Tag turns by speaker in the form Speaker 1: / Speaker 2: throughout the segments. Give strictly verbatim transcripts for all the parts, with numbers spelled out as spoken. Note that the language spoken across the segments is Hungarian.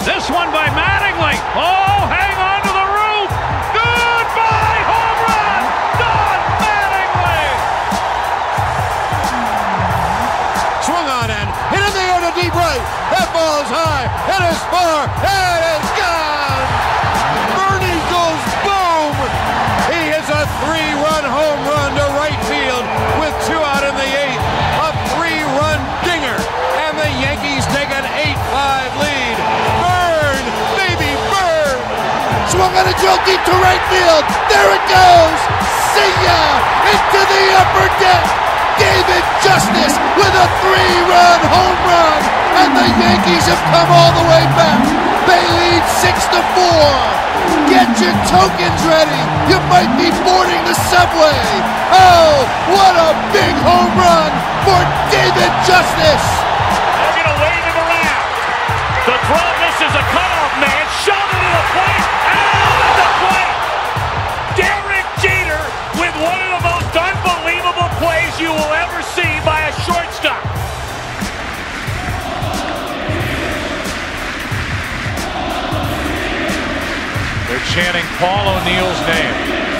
Speaker 1: This one by Mattingly. Oh, hang on to the roof. Goodbye, home run. Don Mattingly.
Speaker 2: Swung on and hit in the air to deep right. That ball is high. It is far. It is gone. Bernie goes boom. He hits a three-run home run to right field with two out in the eighth. A three-run dinger. And the Yankees take an eight five lead. Burn, baby, burn. Swung on a drill deep to right field. There it goes. See ya. Into the upper deck. David Justice with a three-run home run. And the Yankees have come all the way back. They lead six to four. Get your tokens ready. You might be boarding the subway. Oh, what a big home run for David Justice.
Speaker 1: They're going to wave him around. The throw misses a cutoff man. Shove it to the plate. Out at the plate. Derek Jeter with one of the most unbelievable plays you will ever see by a shortstop. They're chanting Paul O'Neill's name.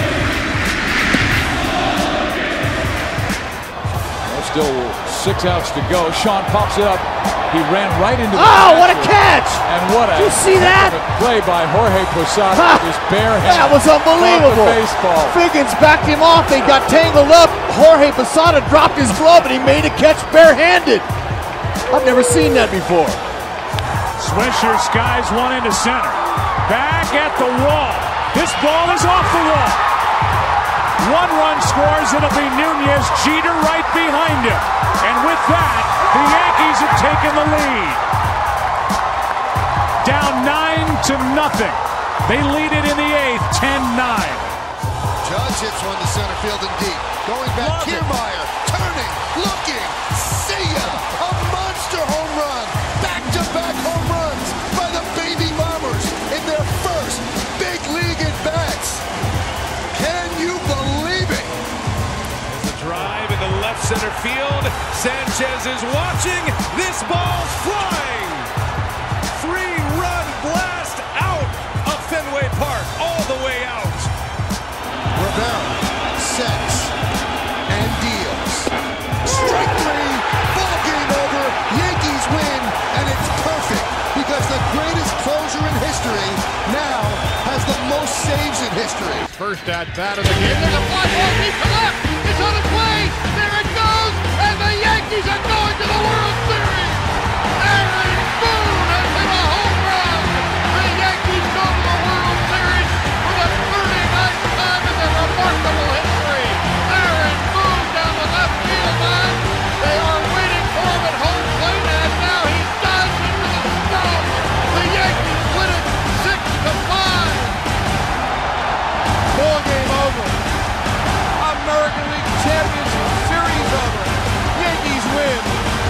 Speaker 3: Well, still six outs to go. Sean pops it up. He ran right into the
Speaker 4: Oh, what a catch!
Speaker 3: And what a
Speaker 4: Did you see that?
Speaker 3: play by Jorge Posada
Speaker 4: Ha!
Speaker 3: with his bare hand.
Speaker 4: That was unbelievable.
Speaker 3: Caught the baseball.
Speaker 4: Figgins backed him off. They got tangled up. Jorge Posada dropped his glove and he made a catch barehanded. I've never seen that before.
Speaker 1: Swisher skies one into center. Back at the wall. This ball is off the wall. One run scores. It'll be Nunez. Jeter right behind him. And with that, the Yankees have taken the lead. Down nine to nothing. They lead it in the eighth, ten nine.
Speaker 2: Judge hits one to center field and deep. Going back,
Speaker 1: Love it.
Speaker 2: Kiermaier, turning, looking, see ya! A monster home run! Back-to-back home runs by the Baby Bombers in their first big league at-bats. Can you believe it?
Speaker 1: The drive in the left center field. Sanchez is watching. This ball's flying. Three-run blast out of Fenway Park, all the way out.
Speaker 2: Rivera sets and deals. Strike three, ball game over, Yankees win, and it's perfect because the greatest closer in history now has the most saves in history. First at bat of the game.
Speaker 5: There's a fly ball deep to left. It's on its way. There it goes. And the Yankees are going to the World Series. Aaron Boone has hit a home run. The Yankees go to the World Series for the thirty-ninth time in their remarkable history. Aaron Boone down the left field line. They are waiting for him at home plate, and now he dives into the stone. The Yankees win it six to five.
Speaker 2: Ball game over. American League Championship Series over. Yankees win.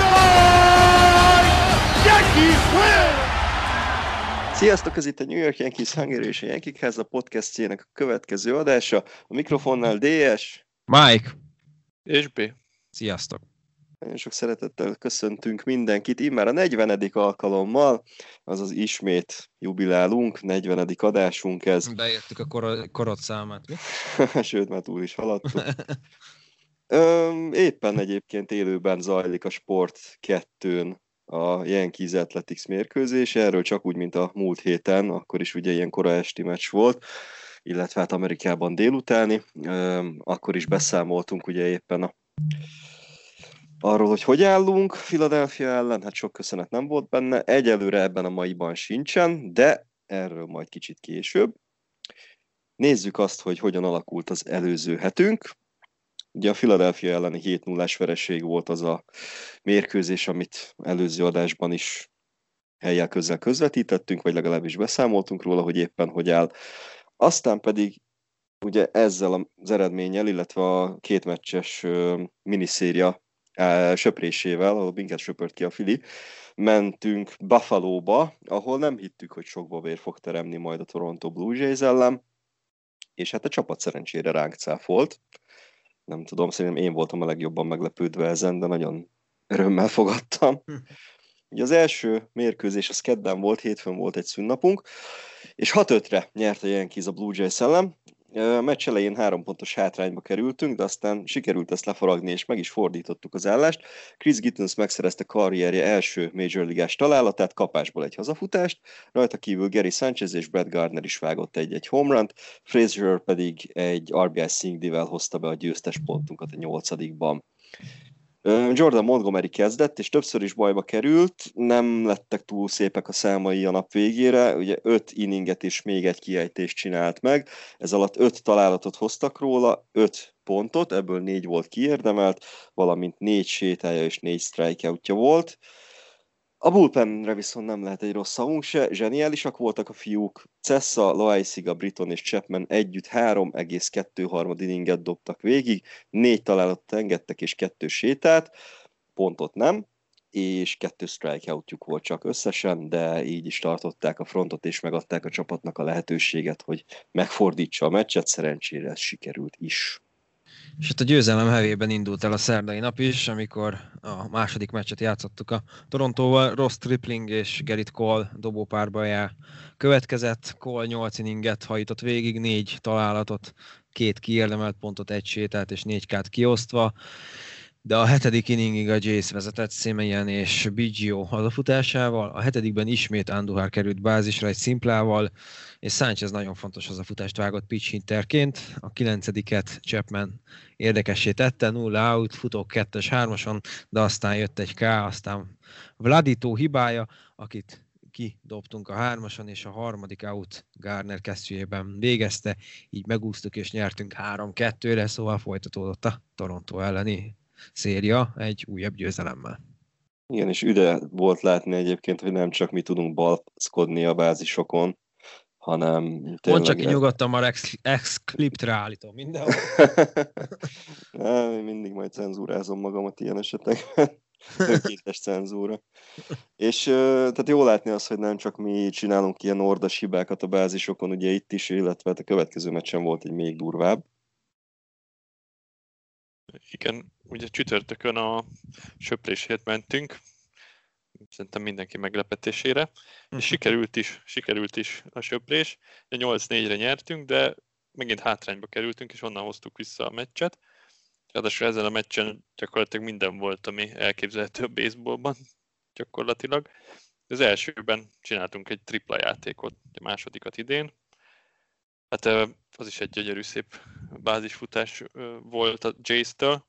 Speaker 2: Yankees win!
Speaker 6: Sziasztok, ez itt a New York Yankees Hungary és a Yankee Háza podcastjének a következő adása. A mikrofonnál dé es.
Speaker 7: Mike.
Speaker 8: És B.
Speaker 7: Sziasztok.
Speaker 6: Nagyon sok szeretettel köszöntünk mindenkit. Immár a negyvenedik alkalommal, azaz ismét jubilálunk, negyvenedik adásunk ez.
Speaker 7: Beértük a kor- korotszámát, mi?
Speaker 6: Sőt, már túl is haladtuk. Öm, éppen egyébként élőben zajlik a Sport kettőn a Yankees Athletics mérkőzés, erről csak úgy, mint a múlt héten, akkor is ugye ilyen kora esti meccs volt, illetve hát Amerikában délutáni, Öm, akkor is beszámoltunk ugye éppen a, arról, hogy hogy állunk Philadelphia ellen, hát sok köszönet nem volt benne, egyelőre ebben a maiban sincsen, de erről majd kicsit később. Nézzük azt, hogy hogyan alakult az előző hetünk. Ugye a Philadelphia elleni hét nullás vereség volt az a mérkőzés, amit előző adásban is helyjel közel közvetítettünk, vagy legalábbis beszámoltunk róla, hogy éppen hogy áll. Aztán pedig ugye ezzel az eredménnyel, illetve a két meccses uh, miniszéria uh, söprésével, ahol minket söpört ki a Philly, mentünk Buffalóba, ahol nem hittük, hogy sok babér fog teremni majd a Toronto Blue Jays ellen, és hát a csapat szerencsére ránk cáfolt. Nem tudom, szerintem én voltam a legjobban meglepődve ezen, de nagyon örömmel fogadtam. Hm. Ugye az első mérkőzés az kedden volt, hétfőn volt egy szünnapunk, és hat ötre nyert a Yankees a Blue Jays ellen. A meccs elején három pontos hátrányba kerültünk, de aztán sikerült ezt lefaragni, és meg is fordítottuk az állást. Chris Gittens megszerezte karrierje első Major League-ás találatát, kapásból egy hazafutást, rajta kívül Gary Sanchez és Brett Gardner is vágott egy-egy home runt, Frazier pedig egy er bé i single-vel hozta be a győztes pontunkat a nyolcadikban. Jordan Montgomery kezdett, és többször is bajba került, nem lettek túl szépek a számai a nap végére, ugye öt inninget és még egy kiejtést csinált meg, ez alatt öt találatot hoztak róla, öt pontot, ebből négy volt kiérdemelt, valamint négy sétája és négy strikeoutja volt. A bullpenre viszont nem lehet egy rossz szavunk se, zseniálisak voltak a fiúk, Cessa, Loaisiga, Britton és Chapman együtt három egész kettő harmad inninget dobtak végig, négy találatot engedtek és kettő sétát, pontot nem, és kettő strikeoutjuk volt csak összesen, de így is tartották a frontot és megadták a csapatnak a lehetőséget, hogy megfordítsa a meccset, szerencsére ez sikerült is.
Speaker 7: És hát a győzelem hevében indult el a szerdai nap is, amikor a második meccset játszottuk a Torontóval. Ross Stripling és Gerrit Cole dobópárbajá következett. Cole nyolc inninget hajított végig, négy találatot, két kiérdemelt pontot, egy sétát és négy kát kiosztva. De a hetedik inningig a Jays vezetett Semien és Biggio hazafutásával, a hetedikben ismét Andujar került bázisra egy szimplával, és Sánchez nagyon fontos hazafutást vágott pitch hitterként, a kilencediket Chapman érdekessé tette, nulla out, futók kettes hármason, de aztán jött egy K, aztán Vladito hibája, akit kidobtunk a hármason, és a harmadik out Garner kesztyűjében végezte, így megúsztuk és nyertünk három kettőre, szóval folytatódott a Toronto elleni széria egy újabb győzelemmel.
Speaker 6: Igen, és üde volt látni egyébként, hogy nem csak mi tudunk balszkodni a bázisokon, hanem tényleg...
Speaker 7: Mondd csak ki nyugodtan, már ex-cliptre állítom mindenhol.
Speaker 6: Mindig majd cenzúrázom magamat ilyen esetekben. Önkéntes cenzúra. És tehát jó látni azt, hogy nem csak mi csinálunk ilyen ordas hibákat a bázisokon, ugye itt is, illetve a következő meccsen volt egy még durvább.
Speaker 8: Igen, ugye csütörtökön a söprésért mentünk, szerintem mindenki meglepetésére, és sikerült is, sikerült is a söprés, nyolc négyre nyertünk, de megint hátrányba kerültünk, és onnan hoztuk vissza a meccset. Ráadásul ezen a meccsen gyakorlatilag minden volt, ami elképzelhető a baseballban, gyakorlatilag. Az elsőben csináltunk egy tripla játékot, a másodikat idén. Hát az is egy gyönyörű szép bázisfutás volt a Jays-től.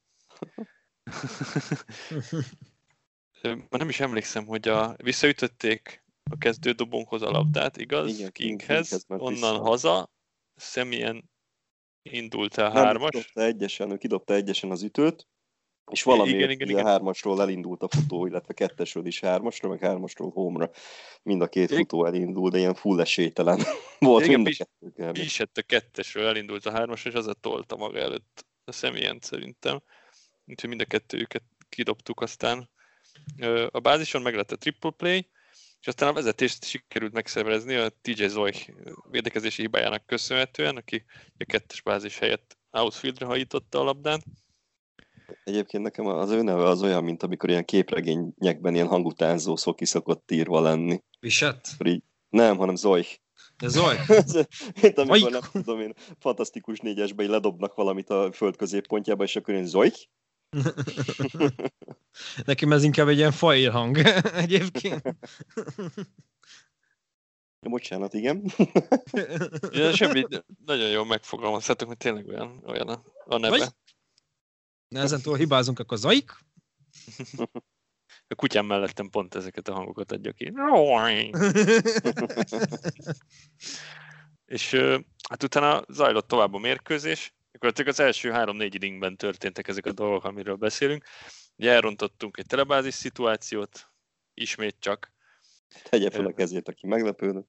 Speaker 8: Már nem is emlékszem, hogy a, visszaütötték a kezdődobónkhoz a labdát, igaz? Igen, Kinghez, onnan vissza. Haza, Semien indult el hármas.
Speaker 6: Kidobta egyesen, ő kidobta egyesen az ütőt, és valami igen, igen, igen. hármasról elindult a futó, illetve kettesről is hármasra, meg hármasról homra. Mind a két futó elindult, de ilyen full esélytelen volt
Speaker 8: igen,
Speaker 6: mind a kettő.
Speaker 8: Bisett a kettesről elindult a hármasra, és az a tolta maga előtt a Semient szerintem. Úgyhogy mind a kettőjüket kidobtuk aztán. A bázison meg lett a triple play, és aztán a vezetést sikerült megszervezni a té jé Zeuch védekezési hibájának köszönhetően, aki a kettes bázis helyett outfieldre hajította a labdát.
Speaker 6: Egyébként nekem az ő neve az olyan, mint amikor ilyen képregényekben ilyen hangutánzó szó ki szokott írva lenni.
Speaker 7: Bisett?
Speaker 6: Nem, hanem Zeuch.
Speaker 7: De Zeuch?
Speaker 6: Mint amikor nem tudom én, fantasztikus négyesbe ledobnak valamit a föld középpontjába, és akkor én Zeuch.
Speaker 7: Nekem ez inkább egy ilyen fail hang egyébként.
Speaker 6: Bocsánat, igen.
Speaker 8: Ja, semmi, nagyon jól megfogalmazhatok, hogy tényleg olyan, olyan a, a neve. Vagy?
Speaker 7: Ne ezentúl hibázunk, akkor Zeuch.
Speaker 8: A kutyám mellettem pont ezeket a hangokat adja ki. És hát utána zajlott tovább a mérkőzés. Akkor az első három-négy inningben történtek ezek a dolgok, amiről beszélünk. Ugye elrontottunk egy telebázis szituációt, ismét csak.
Speaker 6: Tegye fel a kezét, aki meglepődött.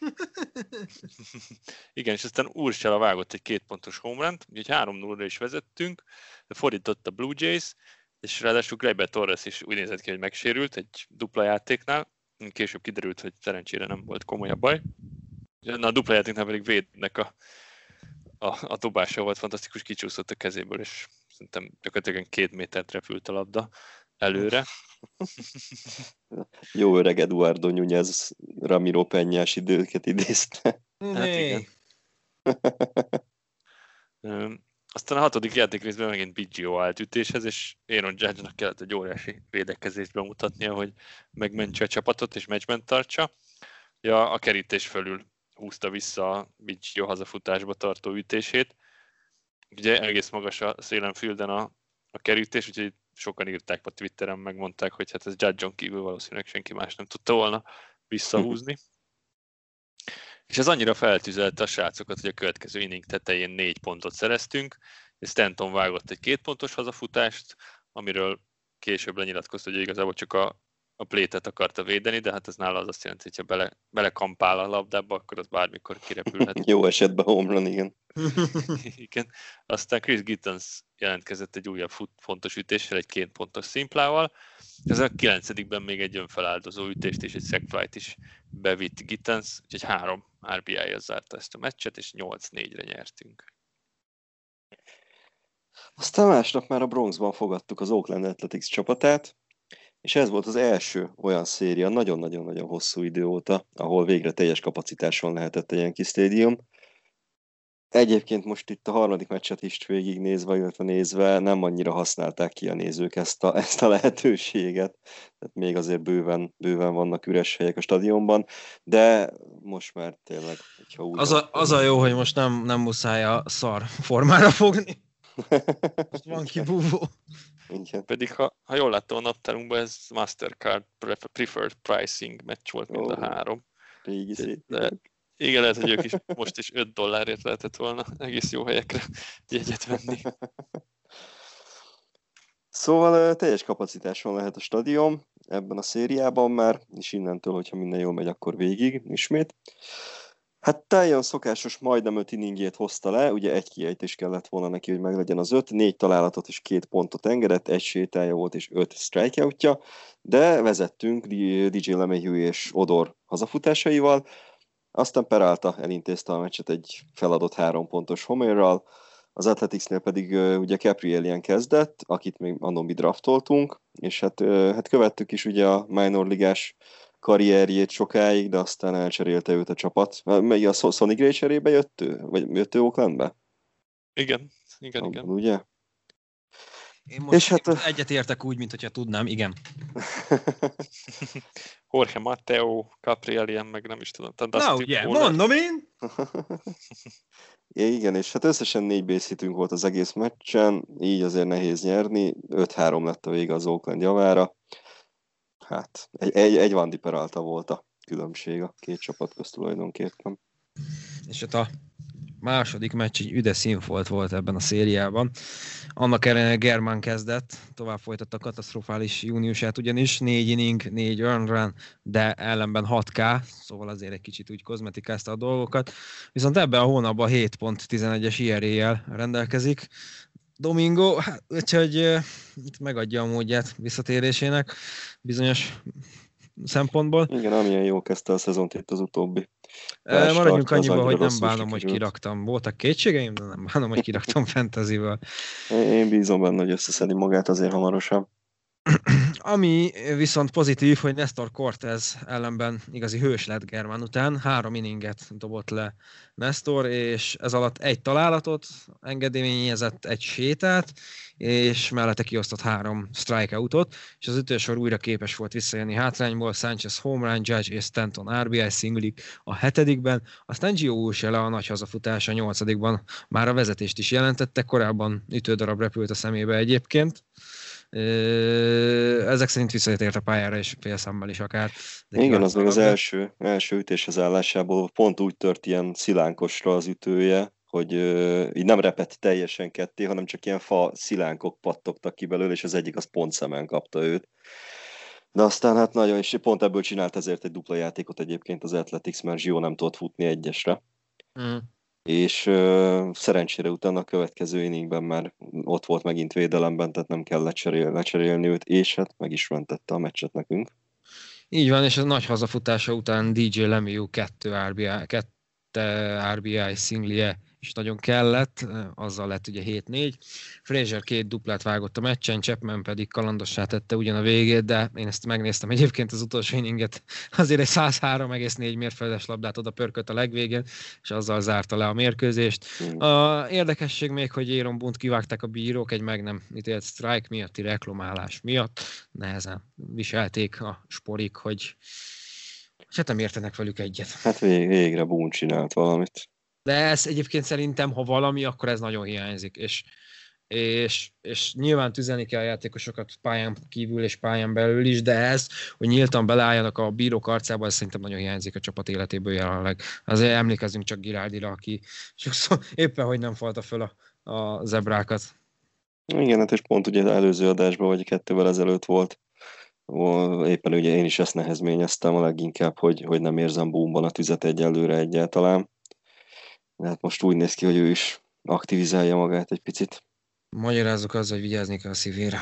Speaker 8: Igen, és aztán Urshela vágott egy kétpontos home runt, úgyhogy három nullra is vezettünk, fordított a Blue Jays, és ráadásul Gleyber Torres is úgy nézett ki, hogy megsérült egy dupla játéknál. Később kiderült, hogy szerencsére nem volt komolyabb baj. Na, a dupla játéknál pedig Wade-nek a, a, a dobása volt fantasztikus, kicsúszott a kezéből, és szerintem gyakorlatilag két métert repült a labda előre.
Speaker 6: Jó öreg Eduardo Núñez Ramiro Peñás időket idézte.
Speaker 8: Hát igen. Aztán a hatodik játékrészben megint Biggio állt ütéshez, és Aaron Judge-nak kellett egy óriási védekezést bemutatnia, hogy megmentse a csapatot és meccsben tartsa. Ja, a kerítés fölül húzta vissza a Biggio hazafutásba tartó ütését. Ugye egész magas a szélen fülden a, a kerítés, úgyhogy sokan írták a Twitteren, megmondták, hogy hát ez Judge-on kívül valószínűleg senki más nem tudta volna visszahúzni. És ez annyira feltüzelte a srácokat, hogy a következő inning tetején négy pontot szereztünk, és Stanton vágott egy kétpontos hazafutást, amiről később lenyilatkozta, hogy igazából csak a, a plétet akarta védeni, de hát ez nála az azt jelenti, hogy ha bele, belekampál a labdába, akkor az bármikor kirepülhet.
Speaker 6: Jó esetben home run, igen.
Speaker 8: Igen. Aztán Chris Gittens jelentkezett egy újabb fut, fontos ütéssel, egy két pontos szimplával. Ez a kilencedikben még egy önfeláldozó ütést és egy sac fly-t is bevitt Gittens, úgyhogy három er bé i-jal zárta ezt a meccset, és nyolc négyre nyertünk.
Speaker 6: Aztán másnap már a Bronxban fogadtuk az Oakland Athletics csapatát, és ez volt az első olyan széria nagyon-nagyon-nagyon hosszú idő óta, ahol végre teljes kapacitáson lehetett a Yankee Stadium. Egyébként most itt a harmadik meccset is végignézve, illetve nézve nem annyira használták ki a nézők ezt a, ezt a lehetőséget. Tehát még azért bőven, bőven vannak üres helyek a stadionban, de most már tényleg, hogyha úgy...
Speaker 7: Az a, az a jó, hogy most nem, nem muszáj a szar formára fogni. Most van kibúvó.
Speaker 6: Igen.
Speaker 8: Pedig ha, ha jól láttam a naptárunkban, ez Mastercard Preferred Pricing meccs volt mind a három.
Speaker 6: Régi szép.
Speaker 8: De, igen, lehet, hogy ők is most is öt dollárért lehetett volna egész jó helyekre jegyet venni.
Speaker 6: Szóval teljes kapacitáson lehet a stadion ebben a szériában már, és innentől, hogyha minden jól megy, akkor végig ismét. Hát Taillon szokásos majdnem öt inningjét hozta le, ugye egy kiejtés kellett volna neki, hogy meglegyen az öt, négy találatot és két pontot engedett, egy sétája volt és öt strikeoutja, de vezettünk dé jé LeMahieu és Odor hazafutásaival, aztán Peralta elintézte a meccset egy feladott három pontos homerral, az Athleticsnél pedig uh, ugye Caprielian kezdett, akit még annól mi draftoltunk, és hát, uh, hát követtük is ugye a minor ligás karrierjét sokáig, de aztán elcserélte őt a csapat. Még a Sonny Gray cserébe jött ő? Vagy jött ő Oaklandbe?
Speaker 8: Igen, igen,
Speaker 6: Abban,
Speaker 8: igen.
Speaker 6: Ugye?
Speaker 7: Én most,
Speaker 6: és hát,
Speaker 7: én most egyet értek úgy, mint hogyha tudnám, igen.
Speaker 8: Jorge Mateo, Caprielian, meg nem is tudom.
Speaker 7: Na ugye, mondom én!
Speaker 6: Ja, igen, és hát összesen négy base hitünk volt az egész meccsen, így azért nehéz nyerni, öt három lett a vége az Oakland javára. Hát, egy, egy, egy Wandy Peralta volt a különbség a két csapat közt tulajdonképpen.
Speaker 7: És hát a második meccs egy üde színfolt volt ebben a szériában. Annak ellenére Germán kezdett, tovább folytatta a katasztrofális júniusát, ugyanis négy inning, négy earned run, de ellenben hat ká, szóval azért egy kicsit úgy kozmetikázta a dolgokat. Viszont ebben a hónapban hét pont tizenegyes i er á-jel rendelkezik Domingo, hát, úgyhogy uh, itt megadja a módját visszatérésének bizonyos szempontból.
Speaker 6: Igen, amilyen jó kezdte a szezont itt az utóbbi.
Speaker 7: E, maradjunk annyiba, hogy nem bánom, hogy kiraktam. Voltak kétségeim, de nem bánom, hogy kiraktam fantasyvel.
Speaker 6: Én bízom benne, hogy összeszedi magát azért hamarosan.
Speaker 7: Ami viszont pozitív, hogy Nestor Cortez ellenben igazi hős lett Germán után, három inninget dobott le Nestor, és ez alatt egy találatot engedélyezett, egy sétát, és mellette kiosztott három strikeoutot, és az ütősor újra képes volt visszajönni hátrányból, Sanchez home run, Judge és Stanton er bé i szinglik a hetedikben, aztán Gio Urshela a nagy hazafutás a nyolcadikban már a vezetést is jelentette, korábban ütődarab repült a szemébe egyébként. Ezek szerint visszatért a pályára, és félszemmel is akár.
Speaker 6: Igen, az még az első, első ütéshez állásából pont úgy tört ilyen szilánkosra az ütője, hogy uh, így nem repett teljesen ketté, hanem csak ilyen fa szilánkok pattogtak ki belőle, és az egyik az pont szemen kapta őt. De aztán hát nagyon, és pont ebből csinált ezért egy dupla játékot egyébként az Athletics, mert Gio nem tudott futni egyesre. Mm. És uh, szerencsére utána a következő inningben már ott volt megint védelemben, tehát nem kell lecserél, lecserélni őt, és hát meg is mentette a meccset nekünk.
Speaker 7: Így van, és a nagy hazafutása után dé jé LeMahieu kettő er bé i, kettő er bé i szinglije és nagyon kellett, azzal lett ugye hét négy. Fraser két duplát vágott a meccsen, Chapman pedig kalandossá tette ugyan a végét, de én ezt megnéztem egyébként az utolsó inninget, azért egy száz három egész négy mérföldes labdát oda pörkölt a legvégén, és azzal zárta le a mérkőzést. A érdekesség még, hogy Aaron Boone-t kivágták a bírók egy meg nem ítélt strike miatti reklamálás miatt. Nehezen viselték a sporik, hogy hát nem értenek velük egyet.
Speaker 6: Hát vég, végre Boone csinált valamit.
Speaker 7: De ez egyébként szerintem, ha valami, akkor ez nagyon hiányzik, és, és, és nyilván tüzelni kell a játékosokat pályán kívül és pályán belül is, de ez, hogy nyíltan beleálljanak a bírók arcába, ez szerintem nagyon hiányzik a csapat életéből jelenleg. Azért emlékezzünk csak Giraldira, aki sokszor éppen, hogy nem falta föl a, a zebrákat.
Speaker 6: Igen, hát és pont ugye az előző adásban, vagy kettővel ezelőtt volt, éppen ugye én is ezt nehezményeztem a leginkább, hogy, hogy nem érzem Boone-ban a tüzet egyelőre egyáltalán. De hát most úgy néz ki, hogy ő is aktivizálja magát egy picit.
Speaker 7: Magyarázzuk azzal, hogy vigyázni kell a szívére.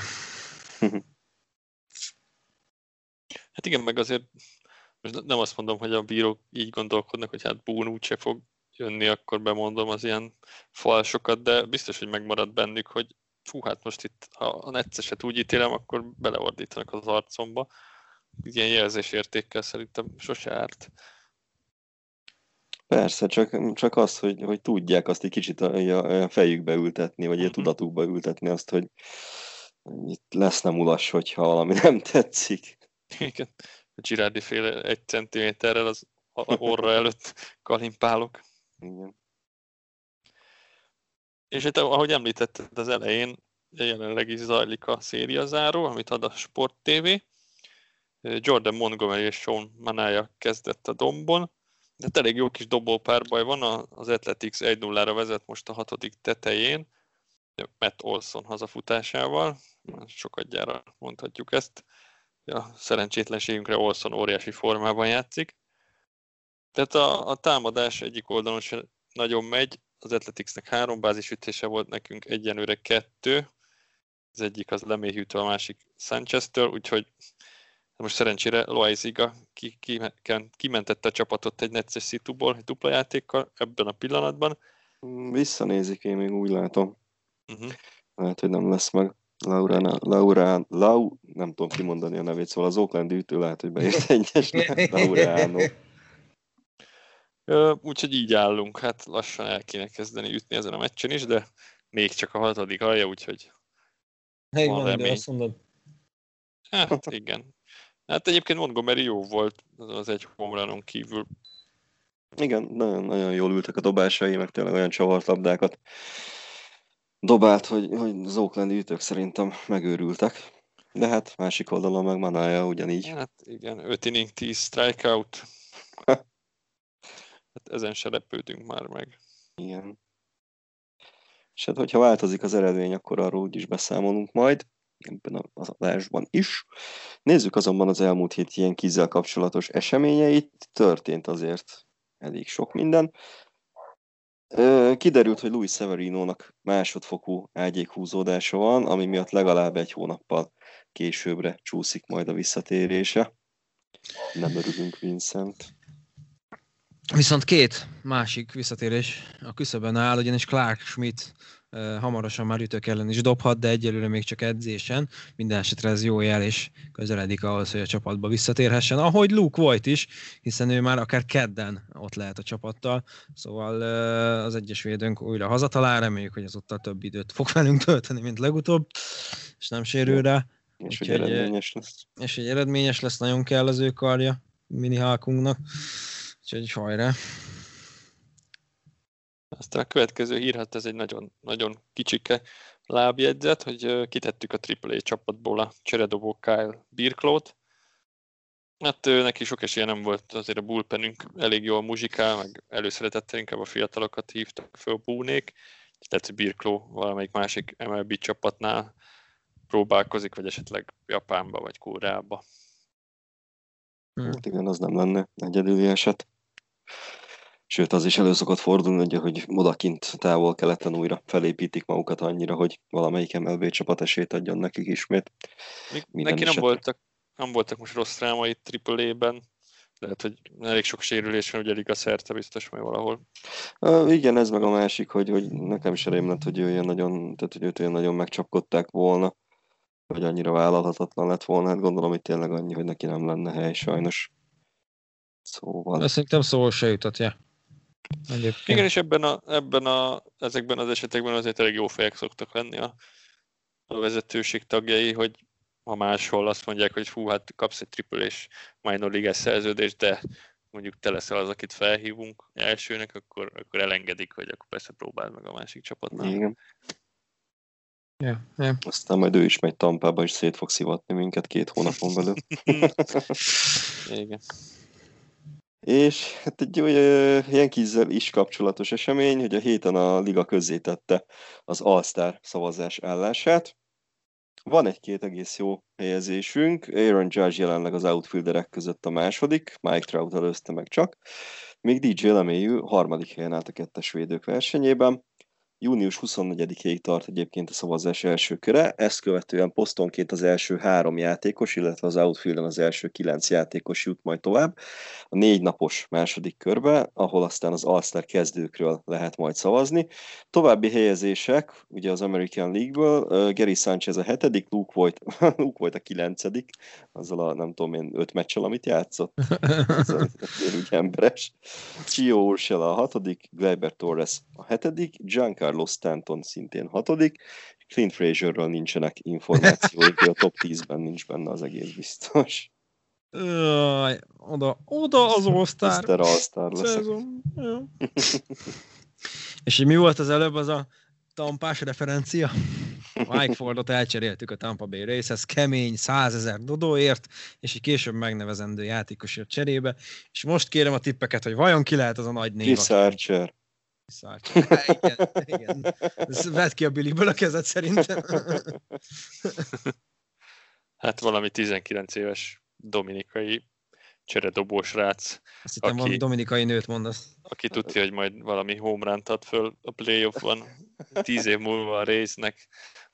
Speaker 8: Hát igen, meg azért most nem azt mondom, hogy a bírók így gondolkodnak, hogy hát Boone úgyse fog jönni, akkor bemondom az ilyen falsokat, de biztos, hogy megmarad bennük, hogy fú, hát most itt ha a necceset úgy ítélem, akkor beleordítanak az arcomba. Ilyen jelzésértékkel szerintem sose árt.
Speaker 6: Persze, csak, csak az, hogy, hogy tudják azt egy kicsit a, a fejükbe ültetni, vagy a
Speaker 8: Uh-huh.
Speaker 6: tudatukba ültetni azt, hogy itt lesz nem ulas, hogyha valami nem tetszik.
Speaker 8: Igen. A Girardi féle egy centiméterrel az orra előtt kalimpálok.
Speaker 6: Igen.
Speaker 8: És hát, ahogy említetted az elején, jelenleg is zajlik a szériazáró, amit ad a Sport té vé. Jordan Montgomery és Sean Manaea kezdett a dombon. De elég jó kis dobópárbaj van, az Athletics egy nullára vezet most a hatodik tetején, Matt Olson hazafutásával, sokadjára mondhatjuk ezt. A szerencsétlenségünkre Olson óriási formában játszik. Tehát a, a támadás egyik oldalon sem nagyon megy, az Athleticsnek három bázisütése volt, nekünk egyenlőre kettő, az egyik az Leméhűtől, a másik Sanchez-től, úgyhogy most szerencsére Loaiziga ki, ki, kimentette a csapatot egy necces szituból, egy dupla játékkal ebben a pillanatban.
Speaker 6: Visszanézik, én még úgy látom.
Speaker 8: Uh-huh.
Speaker 6: Lehet, hogy nem lesz meg. Laura, Laura, Lau, nem tudom kimondani a nevét, szóval az Oaklandi ütő lehet, hogy beért egyes, Laureano.
Speaker 8: Úgyhogy így állunk, hát lassan el kéne kezdeni ütni ezen a meccsen is, de még csak a hatodik alja, úgyhogy
Speaker 7: Hely van, van de azt mondod.
Speaker 8: Hát igen. Hát egyébként Montgomery jó volt az egy home runon kívül.
Speaker 6: Igen, nagyon, nagyon jól ültek a dobásai, meg tényleg olyan csavart labdákat dobált, hogy, hogy az Oaklandi ütők szerintem megőrültek. De hát másik oldalon meg Manaea ugyanígy.
Speaker 8: Hát igen, öt inning, tíz strikeout. Hát ezen se lepődünk már meg.
Speaker 6: Igen. És hát, hogyha változik az eredmény, akkor arról úgyis beszámolunk majd, ebben az adásban is. Nézzük azonban az elmúlt hét ilyen kízzel kapcsolatos eseményeit. Történt azért elég sok minden. Kiderült, hogy Luis Severinónak másodfokú ágyékhúzódása van, ami miatt legalább egy hónappal későbbre csúszik majd a visszatérése. Nem örülünk, Vincent.
Speaker 7: Viszont két másik visszatérés a küszöbön áll, ugyanis Clark Schmidt uh, hamarosan már ütők ellen is dobhat, de egyelőre még csak edzésen. Minden esetre ez jó jel, és közeledik ahhoz, hogy a csapatba visszatérhessen. Ahogy Luke Voit is, hiszen ő már akár kedden ott lehet a csapattal. Szóval uh, az egyes védőnk újra hazatalál, reméljük, hogy azóta több időt fog velünk tölteni, mint legutóbb, és nem sérül rá.
Speaker 6: És hogy eredményes lesz.
Speaker 7: És hogy eredményes lesz, nagyon kell az ő karja Mini Halkunknak. Úgyhogy hajrá!
Speaker 8: Aztán a következő hír, hát ez egy nagyon, nagyon kicsike lábjegyzet, hogy kitettük a triple A csapatból a cseredobó Kyle Birklót. Hát neki sok esélye nem volt, azért a bullpenünk elég jól muzsikál, meg előszeretettel inkább a fiatalokat hívtak föl Boone-ék. Tehát, hogy Birkló valamelyik másik em el bé csapatnál próbálkozik, vagy esetleg Japánba, vagy Koreába.
Speaker 6: Hát igen, az nem lenne egyedüli eset. Sőt, az is elő szokott fordulni, ugye, hogy odakint távol-keleten újra felépítik magukat annyira, hogy valamelyik em el bé csapat esélyt adjon nekik ismét.
Speaker 8: Neki nem voltak, nem voltak most rossz rámai triple A-ben, lehet, hogy elég sok sérülés van, ugye liga szerte biztos majd valahol.
Speaker 6: Uh, igen, ez meg a másik, hogy, hogy nekem is rém lett, hogy ő olyan nagyon, tehát hogy őt olyan nagyon megcsapkodták volna, hogy annyira vállalhatatlan lett volna. Hát gondolom, hogy tényleg annyi, hogy neki nem lenne hely, sajnos. Szóval...
Speaker 7: De szerintem szó se jutott, ja. Egyébként.
Speaker 8: Igen, és ebben a, ebben a, ezekben az esetekben azért elég jó fejek szoktak lenni a, a vezetőség tagjai, hogy ha máshol azt mondják, hogy fú, hát kapsz egy triple és minor ligás szerződést, de mondjuk te leszel az, akit felhívunk elsőnek, akkor, akkor elengedik, hogy akkor persze próbáld meg a másik csapatnál.
Speaker 6: Igen.
Speaker 7: Ja, ja.
Speaker 6: Aztán majd ő is megy Tampába, és szét fog szivatni minket két hónapon belül.
Speaker 8: Igen.
Speaker 6: És hát egy olyan Yankees-zel is kapcsolatos esemény, hogy a héten a liga közzétette az All-Star szavazás állását. Van egy-két egész jó helyezésünk. Aaron Judge jelenleg az outfielderek között a második, Mike Trout előzte meg csak, míg dé jé LeMahieu harmadik helyen állt a kettes védők versenyében. június huszonnegyedikéig tart egyébként a szavazás első köre, ezt követően posztonként az első három játékos, illetve az outfielden az első kilenc játékos jut majd tovább a négy napos második körbe, ahol aztán az All-Star kezdőkről lehet majd szavazni. További helyezések, ugye az American League-ből, uh, Gary Sanchez a hetedik, Luke Voigt, Luke Voigt a kilencedik, azzal a nem tudom én öt meccsel, amit játszott. Ez úgy emberes. Gio Urshela a hatodik, Gleyber Torres a hetedik, Giancarlo Stanton szintén hatodik, Clint Frazierről nincsenek információink, a top tízben nincs benne, az egész biztos.
Speaker 7: Öj, oda, oda az All-Star.
Speaker 6: miszter All-Star leszek.
Speaker 7: Ja. És mi volt az előbb az a tampás referencia? Mike Fordot elcseréltük a Tampa Bay Racehez kemény százezer dodóért, és egy később megnevezendő játékosért cserébe. És most kérem a tippeket, hogy vajon ki lehet az a nagy név?
Speaker 6: Chris Archer.
Speaker 7: Há, igen, igen. Vedd ki a Billyből a kezed szerintem.
Speaker 8: Hát valami tizenkilenc éves dominikai cseredobó srác.
Speaker 7: Azt hittem, valami dominikai nőt mondasz.
Speaker 8: Aki tudja, hogy majd valami home run-t ad föl a playoffban. Tíz év múlva a Race-nek.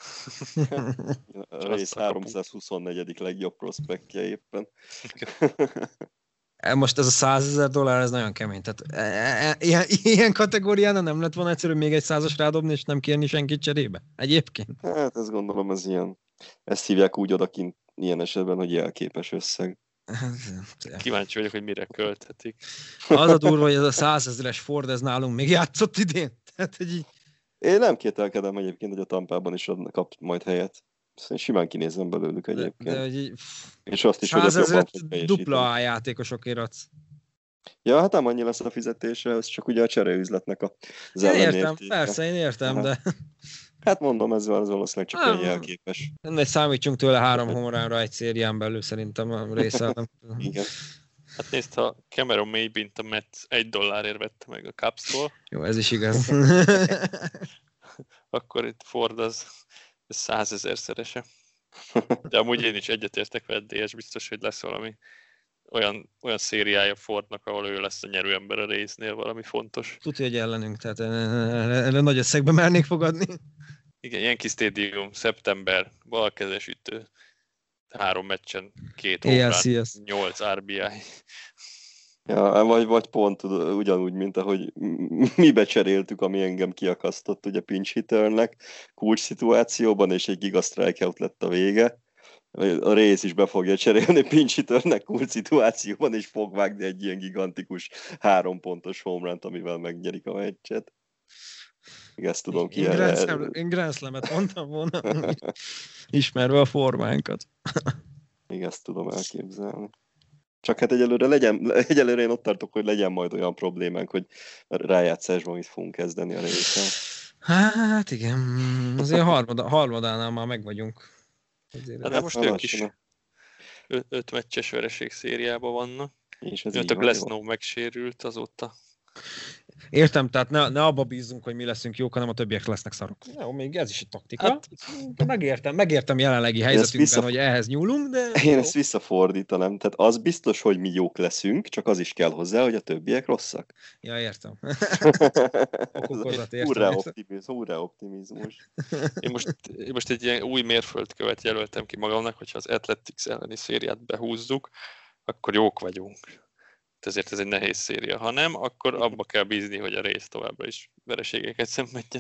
Speaker 6: A Race háromszázhuszonnegyedik legjobb prospektje éppen.
Speaker 7: Most ez a százezer dollár, ez nagyon kemény. Tehát e, e, ilyen, ilyen kategórián nem lett volna egyszerű még egy százas rádobni, és nem kérni senkit cserébe? Egyébként?
Speaker 6: Hát ezt gondolom, ez ilyen. Ezt hívják úgy odakint ilyen esetben, hogy jelképes összeg.
Speaker 8: Kíváncsi vagyok, hogy mire költhetik.
Speaker 7: Az a durva, hogy ez a százezeres Ford, ez nálunk még játszott idén. Tehát, hogy így...
Speaker 6: Én nem kételkedem egyébként, hogy a Tampában is adnak, kap majd helyet. Szóval simán kinézem belőlük egyébként.
Speaker 7: De, de, hogy így...
Speaker 6: És azt is, hogy ezt jobban fog teljesíteni.
Speaker 7: Dupla A játékosokért adsz.
Speaker 6: Ja, hát nem annyi lesz a fizetése, ez csak ugye a csereüzletnek az
Speaker 7: én értem,
Speaker 6: ellenértéke.
Speaker 7: persze, én értem,
Speaker 6: Aha.
Speaker 7: de...
Speaker 6: Hát mondom, ez az valószínűleg csak egy jelképes.
Speaker 7: Nem, számítsunk tőle három homoránra egy szérián belül szerintem a részem.
Speaker 6: Igen.
Speaker 8: Hát nézd, ha Cameron Maybint a Mets egy dollárért vette meg a Cubs-tól.
Speaker 7: Jó, ez is igaz.
Speaker 8: Akkor itt Ford az százezerszerese. De amúgy én is egyetértek veled, dé es, biztos, hogy lesz valami olyan, olyan szériája Fordnak, ahol ő lesz a nyerőember a Race-nél, valami fontos.
Speaker 7: Tudja, hogy ellenünk, tehát erre nagy összegbe mernék fogadni.
Speaker 8: Igen, Yankee Stadium, szeptember, balkezes ütő, három meccsen, két homrán, nyolc er bé i.
Speaker 6: Ja, vagy, vagy pont ugyanúgy, mint ahogy mi becseréltük, ami engem kiakasztott ugye pinch hitternek kulcs szituációban, és egy giga strikeout lett a vége. A Race is be fogja cserélni pinch hitternek kulcs szituációban, és fog vágni egy ilyen gigantikus három pontos home run-t, amivel megnyerik a meccset. Ezt tudom ki.
Speaker 7: Én Grand Slam-et mondtam volna, ismerve a formánkat.
Speaker 6: Még ezt tudom elképzelni. Csak hát egyelőre, legyen, egyelőre én ott tartok, hogy legyen majd olyan problémánk, hogy rájátszásban itt fogunk kezdeni a Race-szel.
Speaker 7: Hát igen, azért harmada, harmadánál már meg vagyunk.
Speaker 8: Hát de most ők is öt, öt meccses vereség szériában vannak.
Speaker 6: És ez
Speaker 8: a Glasnow megsérült azóta.
Speaker 7: Értem, tehát ne, ne abba bízzunk, hogy mi leszünk jók, hanem a többiek lesznek szarok. Jó, még ez is egy taktika. Hát, megértem, megértem jelenlegi helyzetünkben, vissza... hogy ehhez nyúlunk, de...
Speaker 6: Én jó. Ezt visszafordítanám, tehát az biztos, hogy mi jók leszünk, csak az is kell hozzá, hogy a többiek rosszak.
Speaker 7: Ja, értem. Okokozat, értem.
Speaker 6: Hurrá optimizmus, hurrá optimizmus.
Speaker 8: Én most, én most egy ilyen új mérföldkövet jelöltem ki magamnak, hogyha az Athletics elleni szériát behúzzuk, akkor jók vagyunk. ezért ez egy nehéz széria. Ha nem, akkor abba kell bízni, hogy a Rays továbbra is vereségeket szenvedjen.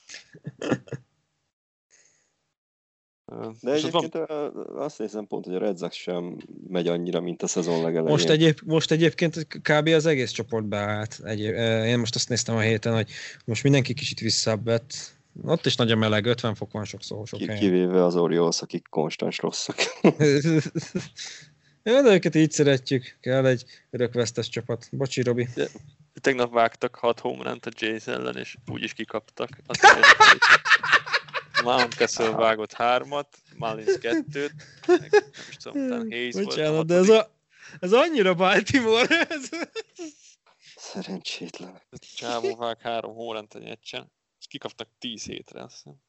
Speaker 6: De egyébként van... azt nézem pont, hogy a Red Sox sem megy annyira, mint a szezon legelején.
Speaker 7: Most, egyéb, most egyébként kb. Az egész csoport beállt. Egyéb, én most azt néztem a héten, hogy most mindenki kicsit visszabbett. Ott is nagy a meleg, ötven fok van sokszor sok helyen.
Speaker 6: Kivéve az Orioles, akik konstans rosszak.
Speaker 7: Ja, de őket így szeretjük. Kell egy örökvesztes csapat. Bocsi, Robi.
Speaker 8: De, tegnap vágtak hat home runt a Jays ellen, és úgyis kikaptak. Mountcastle vágott hármat, Mullins kettőt, meg nem is tudom, utána Hayes volt.
Speaker 7: Bocsánat, de ez, a, ez annyira Baltimore. Ez.
Speaker 6: Szerencsétlen.
Speaker 8: Csávó vág három home runt a meccsen, és kikaptak tíz hétre, azt hiszem.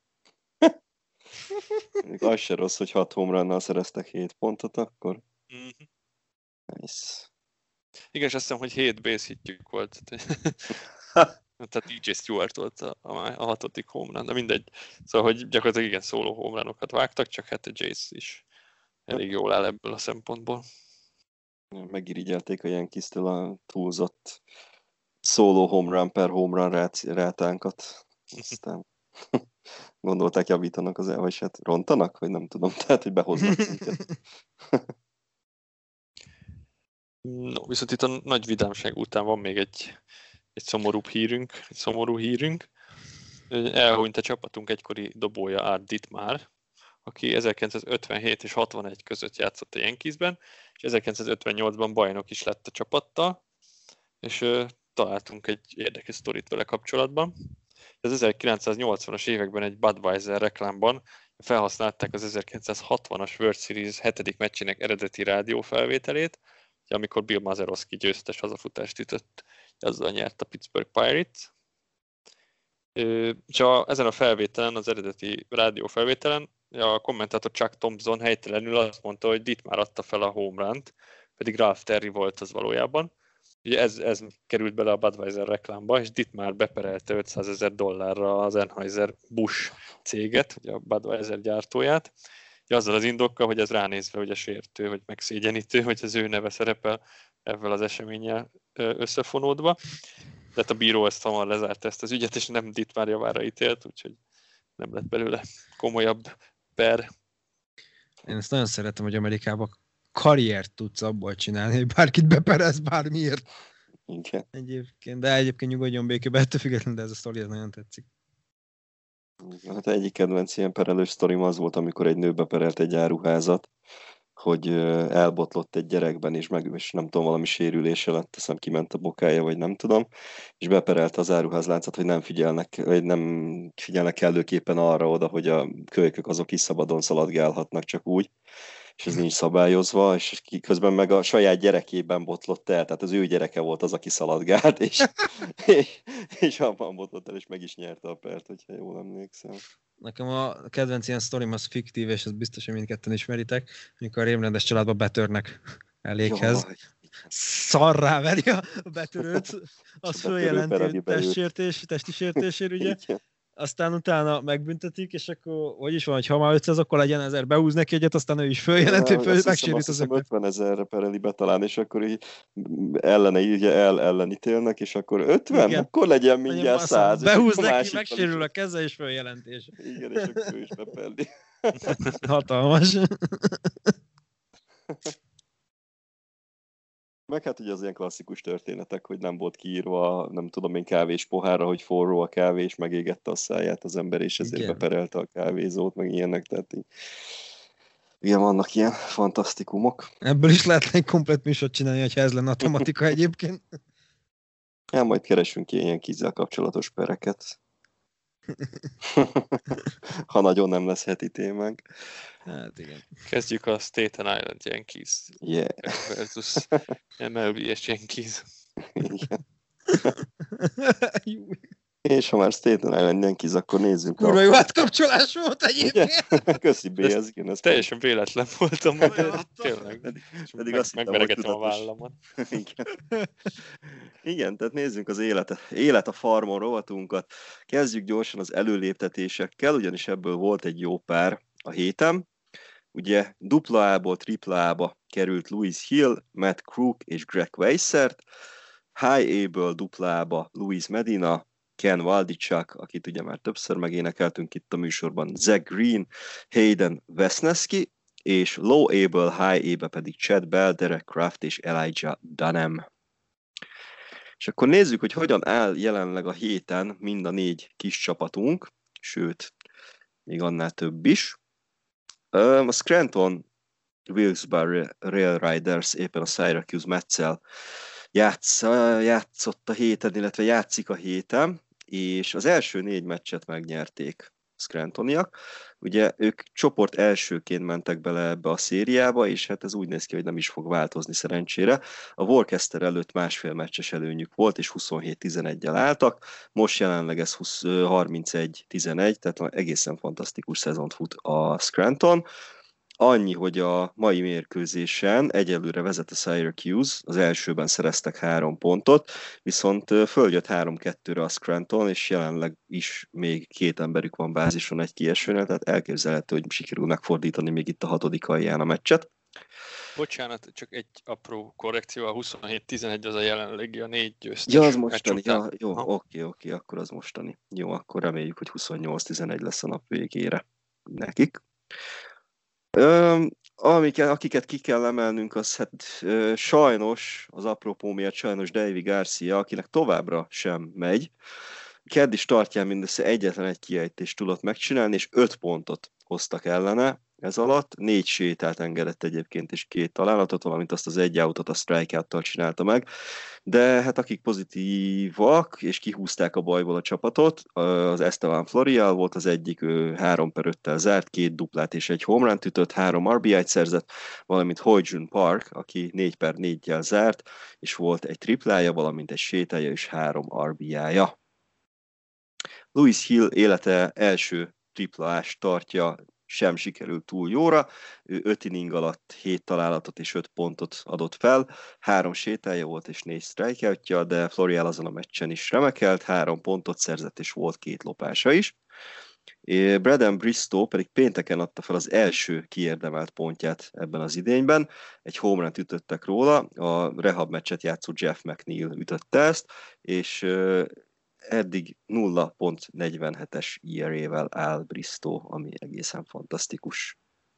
Speaker 6: Az se rossz, hogy hat home runnal szereztek hét pontot, akkor...
Speaker 8: Mm-hmm.
Speaker 6: Nice.
Speaker 8: Igen, és azt hiszem, hogy hét base hitjük volt. Tehát dé jé Stewart volt a, a hatodik home run, de mindegy. Szóval, hogy gyakorlatilag igen, szóló home runokat vágtak, csak hát a Jays is elég jól áll ebből a szempontból.
Speaker 6: Megirigyelték a Yankees-től a túlzott szóló home run per home run rátánkat. Aztán gondolták, javítanak az el, vagy hát rontanak, vagy nem tudom, tehát, hogy behoznak minket.
Speaker 8: No, viszont itt a nagy vidámság után van még egy, egy szomorúbb hírünk, egy szomorú hírünk. Elhunyt a csapatunk egykori dobója Art Dittmar, aki ezerkilencszázötvenhét és hatvanegy között játszott a Yankeesben, és ezerkilencszázötvennyolcban bajnok is lett a csapattal, és uh, találtunk egy érdekes sztorit vele kapcsolatban. Az ezerkilencszáznyolcvanas években egy Budweiser reklámban felhasználták az ezerkilencszázhatvanas World Series hetedik meccsének eredeti rádiófelvételét, amikor Bill Mazeroski győztes hazafutást ütött, azzal nyert a Pittsburgh Pirates. És a, ezen a felvételen, az eredeti rádiófelvételen a kommentátor Chuck Thompson helytelenül azt mondta, hogy Dittmar adta fel a home runt, pedig Ralph Terry volt az valójában. Ugye ez, ez került bele a Budweiser reklámba, és Dittmar beperelte ötszázezer dollárra az Anheuser-Busch céget, ugye a Budweiser gyártóját, azzal az indokkal, hogy ez ránézve ugye sértő, vagy megszégyenítő, hogy az ő neve szerepel ezzel az eseménnyel összefonódva. De a bíró ezt hamar lezárta ezt az ügyet, és nem Dittmar javára ítélt, úgyhogy nem lett belőle komolyabb per.
Speaker 7: Én ezt nagyon szeretem, hogy Amerikában karriert tudsz abból csinálni, hogy bárkit beperez bármiért.
Speaker 6: Igen.
Speaker 7: Egyébként, de egyébként nyugodjon békében, ettől függetlenül, de ez a sztori, ez nagyon tetszik.
Speaker 6: Hát egyik kedvenc ilyen perelős sztorim az volt, amikor egy nő beperelt egy áruházat, hogy elbotlott egy gyerekben, és, meg, és nem tudom, valami sérülése lett, azt hiszem kiment a bokája, vagy nem tudom, és beperelte az áruházláncot, hogy nem figyelnek, vagy nem figyelnek kellőképpen arra oda, hogy a kölykök azok is szabadon szaladgálhatnak csak úgy, és ez nincs szabályozva, és közben meg a saját gyerekében botlott el, tehát az ő gyereke volt az, aki szaladgált, és, és, és abban botlott el, és meg is nyerte a pert, hogyha jól emlékszem.
Speaker 7: Nekem a kedvenc ilyen sztorim az fiktív, és ez biztos, hogy mindketten ismeritek, amikor a rémrendes családba betörnek eléghez. Jaj. Szarrá veri a betörőt, az följelenti, hogy testsértés, testi sértésért, ugye? Igen. Aztán utána megbüntetik, és akkor, hogy is van, hogy ha már ötszáz, akkor legyen ezer, behúz neki egyet, aztán ő is följelenti, hogy föl, megsérült az ember.
Speaker 6: ötven ezerre pereli be talán, és akkor így ellene így el, ellenítélnek, és akkor ötven, igen. Akkor legyen mindjárt száz.
Speaker 7: Behúz neki, megsérül a keze, és följelentés.
Speaker 6: Igen, és akkor ő is beperli.
Speaker 7: Hatalmas.
Speaker 6: Meg hát ugye az ilyen klasszikus történetek, hogy nem volt kiírva, nem tudom én, kávés pohárra, hogy forró a kávé, és megégette a száját az ember, és ezért igen. Beperelte a kávézót, meg ilyenek, tehát így... Igen, vannak ilyen fantasztikumok.
Speaker 7: Ebből is lehetne egy komplet műsort csinálni, hogyha ez lenne a tematika egyébként.
Speaker 6: Ja, majd keresünk ilyen kézzel kapcsolatos pereket. Ha nagyon nem lesz heti témánk.
Speaker 7: Hát igen.
Speaker 8: Kezdjük a Staten Island Yankees
Speaker 6: yeah.
Speaker 8: versus em el bé es Yankees.
Speaker 6: Igen. És ha már Staten Island Yankees, akkor nézzük.
Speaker 7: Kurva a... jó átkapcsolás volt egyébként.
Speaker 6: Köszi B, ez igen. Ez
Speaker 8: teljesen véletlen voltam. Tényleg.
Speaker 6: Pedig, pedig
Speaker 8: meg,
Speaker 6: azt
Speaker 8: megveregettem a vállamat.
Speaker 6: Igen. Igen, tehát nézzünk az élet, élet a farmon rovatunkat. Kezdjük gyorsan az előléptetésekkel, ugyanis ebből volt egy jó pár a héten. Ugye dupla A-ból tripla A-ba került Louis Hill, Matt Crook és Greg Weissert, High A-ből dupla A-ba Luis Medina, Ken Waldichuk, akit ugye már többször megénekeltünk itt a műsorban, Zach Green, Hayden Wesneski, és Low A-ből High A-be pedig Chad Bell, Derek Kraft és Elijah Dunham. És akkor nézzük, hogy hogyan áll jelenleg a héten mind a négy kis csapatunk, sőt, még annál több is. A Scranton Wilkes-Barre Rail Riders éppen a Syracuse Metszel játsz, játszott a héten, illetve játszik a héten, és az első négy meccset megnyerték Scrantoniak. Ugye ők csoport elsőként mentek bele ebbe a szériába, és hát ez úgy néz ki, hogy nem is fog változni szerencsére. A Worcester előtt másfél meccses előnyük volt, és huszonhét tizeneggyel álltak. Most jelenleg ez harmincegy tizenegy, tehát egészen fantasztikus szezont fut a Scranton. Annyi, hogy a mai mérkőzésen egyelőre vezet a Syracuse, az elsőben szereztek három pontot, viszont följött három kettőre a Scranton, és jelenleg is még két emberük van bázison egy kiesőnél, tehát elképzelhető, hogy sikerül megfordítani még itt a hatodik alján a meccset.
Speaker 8: Bocsánat, csak egy apró korrekció, a huszonhét tizenegy az a jelenlegi a négy győztes.
Speaker 6: Ja, az mostani, ja, jó, oké, oké, akkor az mostani. Jó, akkor reméljük, hogy huszonnyolc tizenegy lesz a nap végére nekik. Ö, amiket, akiket ki kell emelnünk, az hát ö, sajnos, az apropó miatt sajnos Davy Garcia, akinek továbbra sem megy. Keddi startján mindössze egyetlen egy kiejtést tudott megcsinálni, és öt pontot hoztak ellene ez alatt. Négy sétát engedett egyébként, és két találatot, valamint azt az egy outot a strikeouttal csinálta meg. De hát akik pozitívak, és kihúzták a bajból a csapatot, az Esteban Florial volt az egyik, ő három per öttel zárt, két duplát és egy home runt ütött, három er bé í-t szerzett, valamint Hoi-Jun Park, aki négy per négyel zárt, és volt egy triplája, valamint egy sétája és három er bé í-ja. Louis Hill élete első triplás tartja sem sikerült túl jóra, ő öt inning alatt hét találatot és öt pontot adott fel, három sétája volt és négy strikeoutja, de Florial azon a meccsen is remekelt, három pontot szerzett és volt két lopása is. Braden Bristow pedig pénteken adta fel az első kiérdemelt pontját ebben az idényben, egy home runt ütöttek róla, a rehab meccset játszó Jeff McNeil ütötte ezt, és eddig nulla egész negyvenhetes é er á-vel áll Bristow, ami egészen fantasztikus.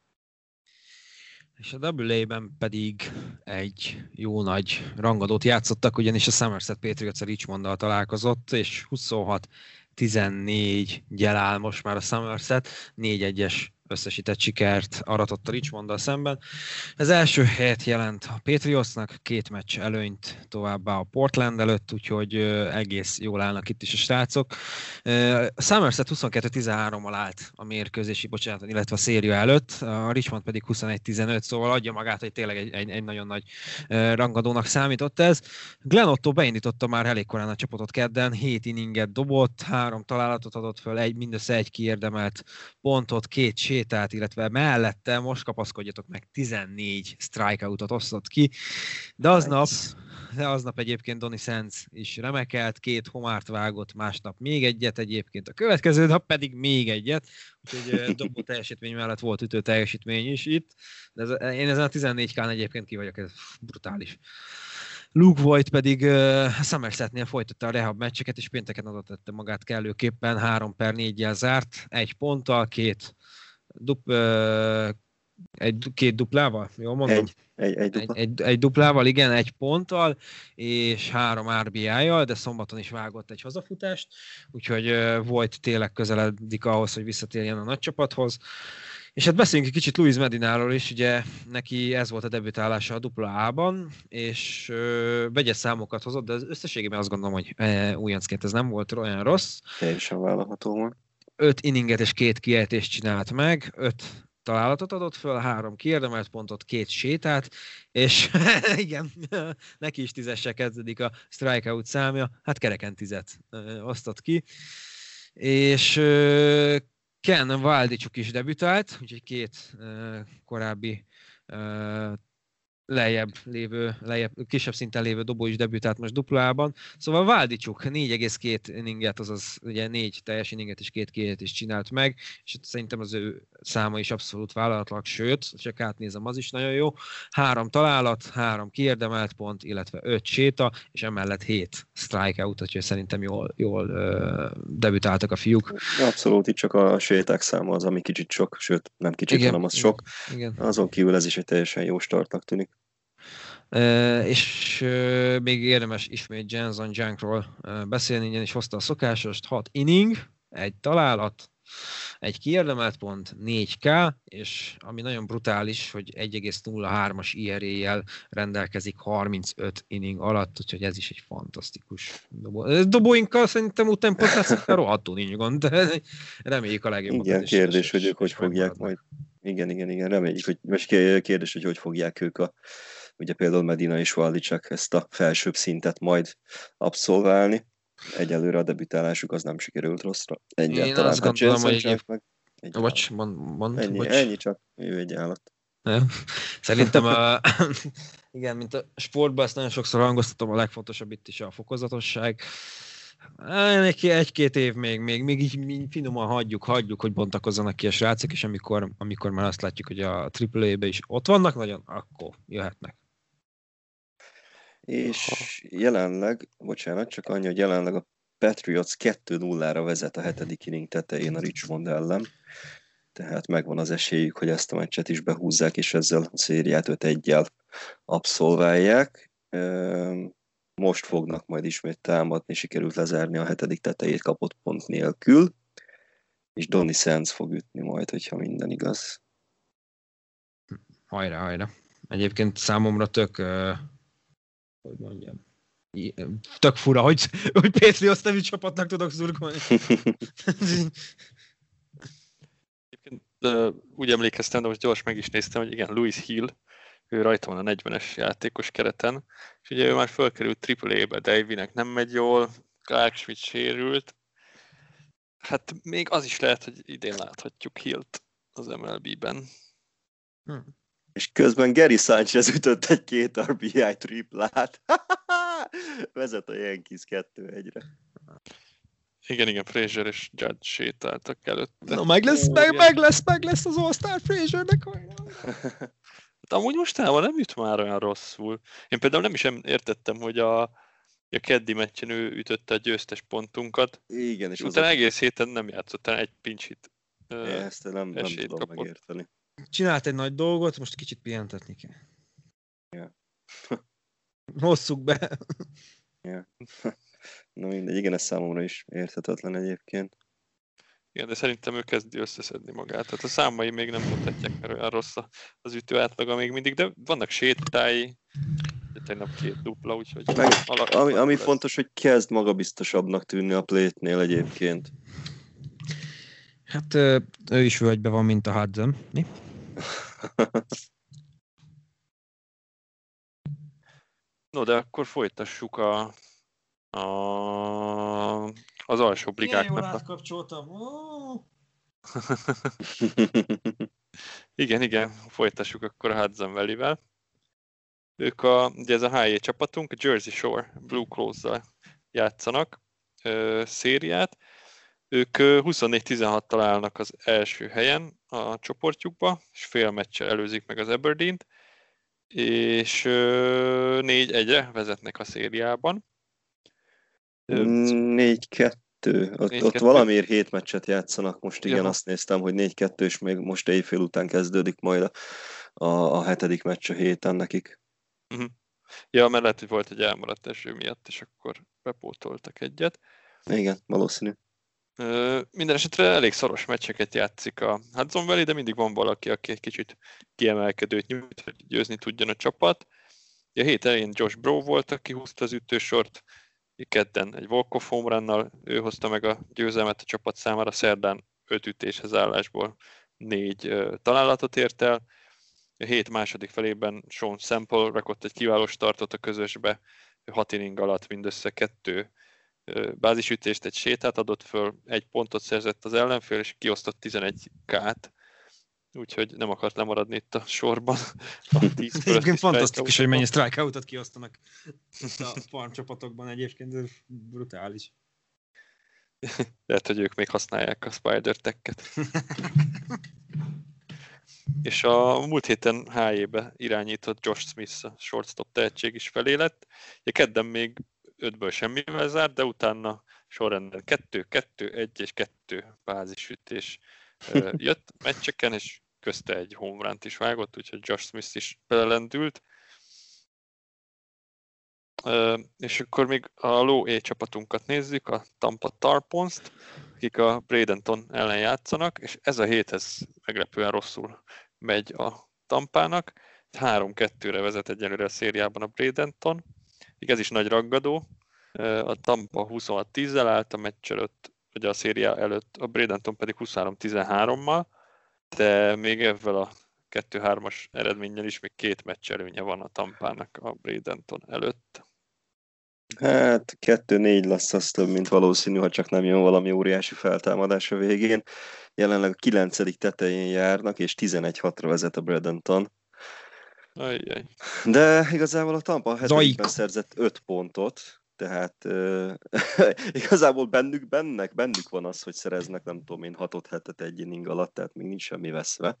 Speaker 7: És a double á-ben pedig egy jó nagy rangadót játszottak, ugyanis a Somerset Patriots a Richmonddal találkozott, és huszonhat tizennégygyel áll most már a Somerset, négy egyes összesített sikert aratott a Richmonddal szemben. Ez első helyet jelent a Patriotsnak, két meccs előnyt továbbá a Portland előtt, úgyhogy egész jól állnak itt is a srácok. A Somerset huszonkettő tizenhárommal állt a mérkőzési, bocsánat, illetve a széria előtt, a Richmond pedig huszonegy tizenöt, szóval adja magát, hogy tényleg egy, egy, egy nagyon nagy rangadónak számított ez. Glenn Otto beindította már elég korán a csapatot kedden, hét inninget dobott, három találatot adott föl, egy, mindössze egy kiérdemelt pontot, két sétát, illetve mellette most kapaszkodjatok meg, tizennégy strikeoutot osztott ki, de aznap, de aznap egyébként Donny Sands is remekelt, két homárt vágott, másnap még egyet egyébként, a következő nap pedig még egyet, úgyhogy dobó teljesítmény mellett volt ütő teljesítmény is itt, de ez, én ezen a tizennégy kán egyébként ki vagyok, ez brutális. Luke Voigt pedig uh, Somersetnél folytatta a rehab meccseket, és pénteken adott tette magát kellőképpen, három per négyel zárt, egy ponttal, két Dup, uh, egy, két duplával, jól mondom?
Speaker 6: Egy, egy, egy, dupla.
Speaker 7: egy, egy, egy duplával, igen, egy ponttal, és három er bé í-jal, de szombaton is vágott egy hazafutást, úgyhogy uh, Voigt tényleg közeledik ahhoz, hogy visszatérjen a nagy csapathoz. És hát beszéljünk egy kicsit Luis Medináról is, ugye neki ez volt a debütálása a dupla á-ban, és ö, vegyes számokat hozott, de az összességében azt gondolom, hogy e, újoncként ez nem volt olyan rossz.
Speaker 6: Teljesen vállalható volt.
Speaker 7: Öt inninget és két kiejtést csinált meg, öt találatot adott föl, három kiérdemelt pontot, két sétát, és igen, neki is tízessel kezdődik a strikeout számja, hát kereken tizet ö, osztott ki, és ö, Ken Waldichuk is debütált, úgyhogy két uh, korábbi uh, lejjebb lévő, lejjebb, kisebb szinten lévő dobó is debütált most duplában. Szóval Váldicsuk négy egész két inninget, azaz ugye négy teljes inninget és két kiét is csinált meg, és szerintem az ő száma is abszolút vállalatlan, sőt, csak átnézem, az is nagyon jó. Három találat, három kiérdemelt pont, illetve öt séta, és emellett hét strikeout, úgyhogy szerintem jól, jól uh, debütáltak a fiúk.
Speaker 6: Abszolút, itt csak a séták száma az, ami kicsit sok, sőt, nem kicsit,
Speaker 7: igen,
Speaker 6: hanem az sok.
Speaker 7: Igen.
Speaker 6: Azon kívül ez is egy teljesen jó startnak tűnik.
Speaker 7: Uh, és uh, még érdemes ismét Jansen Jankról uh, beszélni, ugyanis hozta a szokásost hat inning, egy találat, egy kiérdemelt pont, négy ká, és ami nagyon brutális, hogy egy egész nulla hármas i er á-jel rendelkezik harmincöt inning alatt, úgyhogy ez is egy fantasztikus dobó. Dobóinkkal szerintem utánpótlás rohadtul nincs gond, de reméljük a legjobbat.
Speaker 6: Igen, kérdés, hogy ők hogy fogják majd. Igen, igen, igen, reméljük, hogy most kérdés, hogy hogy fogják ők a, ugye például Medina és Váldicsuk ezt a felsőbb szintet majd abszolválni. Egyelőre a debütálásuk az nem sikerült rosszra. Egyáltalán.
Speaker 7: Én azt gondolom, hogy egy...
Speaker 6: meg egy
Speaker 7: bocs, mond, mond,
Speaker 6: ennyi,
Speaker 7: bocs.
Speaker 6: ennyi csak, ő egy állat.
Speaker 7: Szerintem a, igen, mint a sportban ezt nagyon sokszor hangoztatom, a legfontosabb itt is a fokozatosság. Egy-két év még, még, még így finoman hagyjuk, hagyjuk, hogy bontakozzanak ki a srácok, és amikor, amikor már azt látjuk, hogy a á á á-be is ott vannak nagyon, akkor jöhetnek.
Speaker 6: És jelenleg, bocsánat, csak annyi, hogy jelenleg a Patriots kettő nullára vezet a hetedik inning tetején a Richmond ellen, tehát megvan az esélyük, hogy ezt a meccset is behúzzák, és ezzel a szériát öt egyel abszolválják. Most fognak majd ismét támadni, sikerült lezárni a hetedik tetejét kapott pont nélkül, és Donny Sands fog ütni majd, hogyha minden igaz.
Speaker 7: Hajrá, hajrá. Egyébként számomra tök, uh, hogy mondjam, tök fura, hogy, hogy Patriots nevű csapatnak tudok szurkolni.
Speaker 8: De úgy emlékeztem, de most gyors meg is néztem, hogy igen, Louis Hill, ő rajta van a negyvenes játékos kereten, és ugye ő már fölkerült á á á-be, Davey-nek nem megy jól, Clark Schmidt sérült. Hát még az is lehet, hogy idén láthatjuk Hillt az em el bé-ben.
Speaker 6: Hm. És közben Gary Sanchez ütött egy két er bé i triplát. Vezet a Yankees kettő egyre.
Speaker 8: Igen, igen, Frazier és Judge sétáltak előtte.
Speaker 7: Na meg lesz, meg, meg lesz, meg lesz az All-Star Fraziernek.
Speaker 8: De amúgy mostanában nem üt már olyan rosszul. Én például nem is értettem, hogy a, a keddi meccsen ő ütötte a győztes pontunkat.
Speaker 6: Igen, és,
Speaker 8: és utána egész héten nem játszott, utána egy pinch hit.
Speaker 6: Ezt nem, nem tudom kapott. Megérteni.
Speaker 7: Csinált egy nagy dolgot, most kicsit pihentetni kell.
Speaker 6: Ja.
Speaker 7: Hosszuk be.
Speaker 6: Ja. Na mindegy, igen, ez számomra is érthetetlen egyébként.
Speaker 8: Igen, de szerintem ő kezdi összeszedni magát. Tehát a számai még nem mutatják, mert olyan rossz az ütő átlaga még mindig, de vannak sétái, tegnap két dupla, úgyhogy...
Speaker 6: Meg, ami ami fontos, hogy kezd magabiztosabbnak tűnni a plate-nél egyébként.
Speaker 7: Hát ő is völgybe van, mint a Hudson, mi?
Speaker 8: No, de akkor folytassuk a, a, az alsó brigáknak.
Speaker 7: Milyen jól átkapcsoltam. Oh!
Speaker 8: igen, igen, folytassuk akkor a Hudson Valley-vel. Ők a, ugye ez a há á csapatunk, a Jersey Shore Blue Cross-zal játszanak ö, szériát. Ők huszonnégy tizenhattal állnak az első helyen a csoportjukba, és fél meccsel előzik meg az Aberdeen-t, és négy egyre vezetnek a szériában.
Speaker 6: négy kettő. Ott, négy ott valamiért hét meccset játszanak most, igen, ja. Azt néztem, hogy négy kettő, és még most éjfél után kezdődik majd a, a, a hetedik meccs a héten nekik.
Speaker 8: Uh-huh. Ja, mert lehet, hogy volt egy elmaradt eső miatt, és akkor bepótoltak egyet.
Speaker 6: Igen, valószínű.
Speaker 8: Uh, minden esetre elég szoros meccseket játszik a Hudson Valley, de mindig van valaki, aki egy kicsit kiemelkedőt nyújt, hogy győzni tudjon a csapat. A hét elején Josh Bro volt, aki húzta az ütősort, kedden egy walk-off home runnal, ő hozta meg a győzelmet a csapat számára, szerdán öt ütéshez állásból négy uh, találatot ért el. A hét második felében Sean Sample rakott egy kiváló startot a közösbe, hat inning alatt mindössze kettő bázisütést, egy sétát adott föl, egy pontot szerzett az ellenfél, és kiosztott tizenegy kát. úgyhogy nem akart lemaradni itt a sorban. A
Speaker 7: egyébként fantasztikus, hogy mennyi strikeoutot kiosztanak a farm csapatokban, egyébként ez brutális.
Speaker 8: Lehet, hogy ők még használják a Spider Tech-et. És a múlt héten há jé-be irányított Josh Smith, a shortstop tehetség is felé lett. Ugye kedden még ötből semmivel zárt, de utána sorrendben kettő, kettő, egy és kettő bázisütés jött meccseken, és közte egy home runt is vágott, úgyhogy Josh Smith is belelendült. És akkor még a Low A csapatunkat nézzük, a Tampa Tarpons-t, akik a Bradenton ellen játszanak, és ez a héthez meglepően rosszul megy a Tampának. három kettőre vezet egyelőre a szériában a Bradenton. Ez is nagy raggadó. A Tampa huszonhat tízzel állt a meccs előtt, vagy a széria előtt, a Bradenton pedig huszonhárom tizenhárommal, de még ezzel a kettő hármas eredménnyel is még két meccs előnye van a Tampának a Bradenton előtt.
Speaker 6: Hát kettő négy lesz az több, mint valószínű, ha csak nem jön valami óriási feltámadás a végén. Jelenleg a kilencedik tetején járnak, és tizenegy hatra vezet a Bradenton.
Speaker 8: Ajjaj.
Speaker 6: De igazából a Tampa a hetedikben szerzett öt pontot, tehát uh, igazából bennük, bennek, bennük van az, hogy szereznek, nem tudom én, hatot hetet egy inning alatt, tehát még nincs semmi veszve.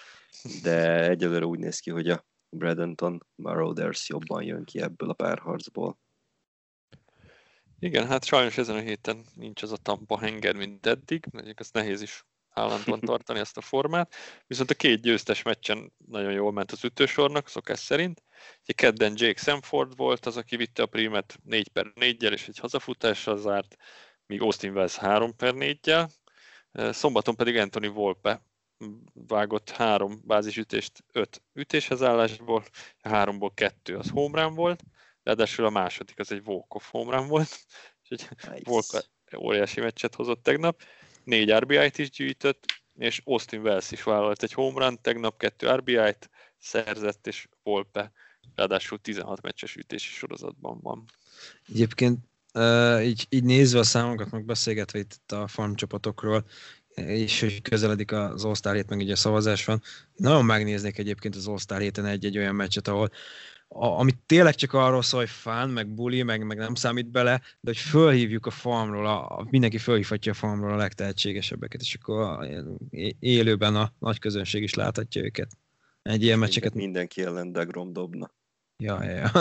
Speaker 6: De egyelőre úgy néz ki, hogy a Bradenton Marauders jobban jön ki ebből a párharcból.
Speaker 8: Igen, hát sajnos ezen a héten nincs az a Tampa henger, mint eddig, mondjuk ezt nehéz is állandóan tartani ezt a formát, viszont a két győztes meccsen nagyon jól ment az ütősornak, szokás szerint. Ugye kedden Jake Sanford volt az, aki vitte a prímet négy per négyel és egy hazafutással zárt, míg Austin Wells három per négyel. Szombaton pedig Anthony Volpe vágott három bázisütést öt ütéshez állásból, háromból kettő az home run volt, ráadásul a második az egy walk-off home run volt, úgyhogy nice. Volpe óriási meccset hozott tegnap, négy er bé í-t is gyűjtött, és Austin Wells is vállalt egy home run, tegnap kettő er bé í-t szerzett, és Volpe ráadásul tizenhat meccses ütési sorozatban van.
Speaker 7: Egyébként uh, így, így nézve a számokat, meg beszélgetve itt a farm csapatokról, és hogy közeledik az All-Star hét, meg így a szavazás van, nagyon megnéznék egyébként az All-Star héten egy-egy olyan meccset, ahol a, amit tényleg csak arról szól, hogy fán, meg buli, meg, meg nem számít bele, de hogy fölhívjuk a farmról, a, a, mindenki fölhívhatja a farmról a legtehetségesebbeket, és akkor a, élőben a nagy közönség is láthatja őket. Egy ilyen meccseket...
Speaker 6: Mindenki ellen DeGrom dobna.
Speaker 7: Ja, ja, ja.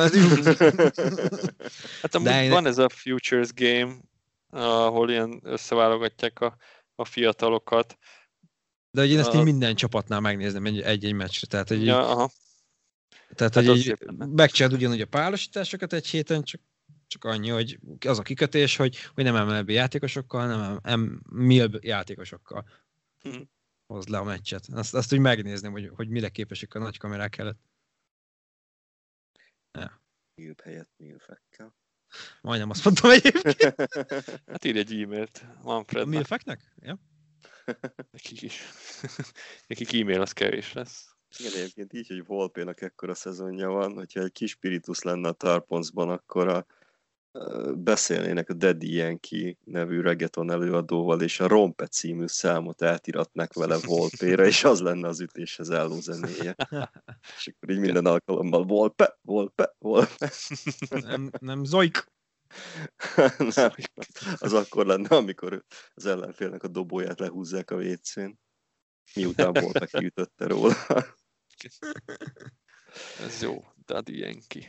Speaker 8: Hát amúgy én... van ez a Futures Game, ahol ilyen összeválogatják a, a fiatalokat.
Speaker 7: De hogy én ezt
Speaker 8: a...
Speaker 7: így minden csapatnál megnézném egy-egy meccsre, tehát hogy
Speaker 8: ja, aha.
Speaker 7: Tehát, hát hogy így megcsináld ugyanúgy a párosításokat egy héten, csak, csak annyi, hogy az a kikötés, hogy, hogy nem em el bé játékosokkal, nem em el bé játékosokkal hm. hozd le a meccset. Azt, azt úgy megnézném, hogy, hogy mire képesek a nagy kamerák előtt. Ja.
Speaker 6: Milb helyett milfekkel.
Speaker 7: Majdnem azt mondtam egyébként.
Speaker 8: Hát írj egy e-mailt Manfrednek.
Speaker 7: Milfeknek? Ja.
Speaker 8: Nekik is. Nekik e-mail az kevés lesz.
Speaker 6: Igen, egyébként így, hogy Volpénak ekkora szezonja van, hogyha egy kis spiritus lenne a Tarponsban, akkor a, a, beszélnének a Daddy Yankee nevű reggaeton előadóval, és a Rompe című számot átiratnak vele Volpére, és az lenne az ütéshez álló zenéje. És akkor így minden alkalommal Volpe, Volpe, Volpe.
Speaker 7: Nem, nem Zoik.
Speaker 6: Nem, az akkor lenne, amikor az ellenfélnek a dobóját lehúzzák a vécén. Miután Volpe kiütötte róla.
Speaker 8: Ez jó, Daddy Yankee.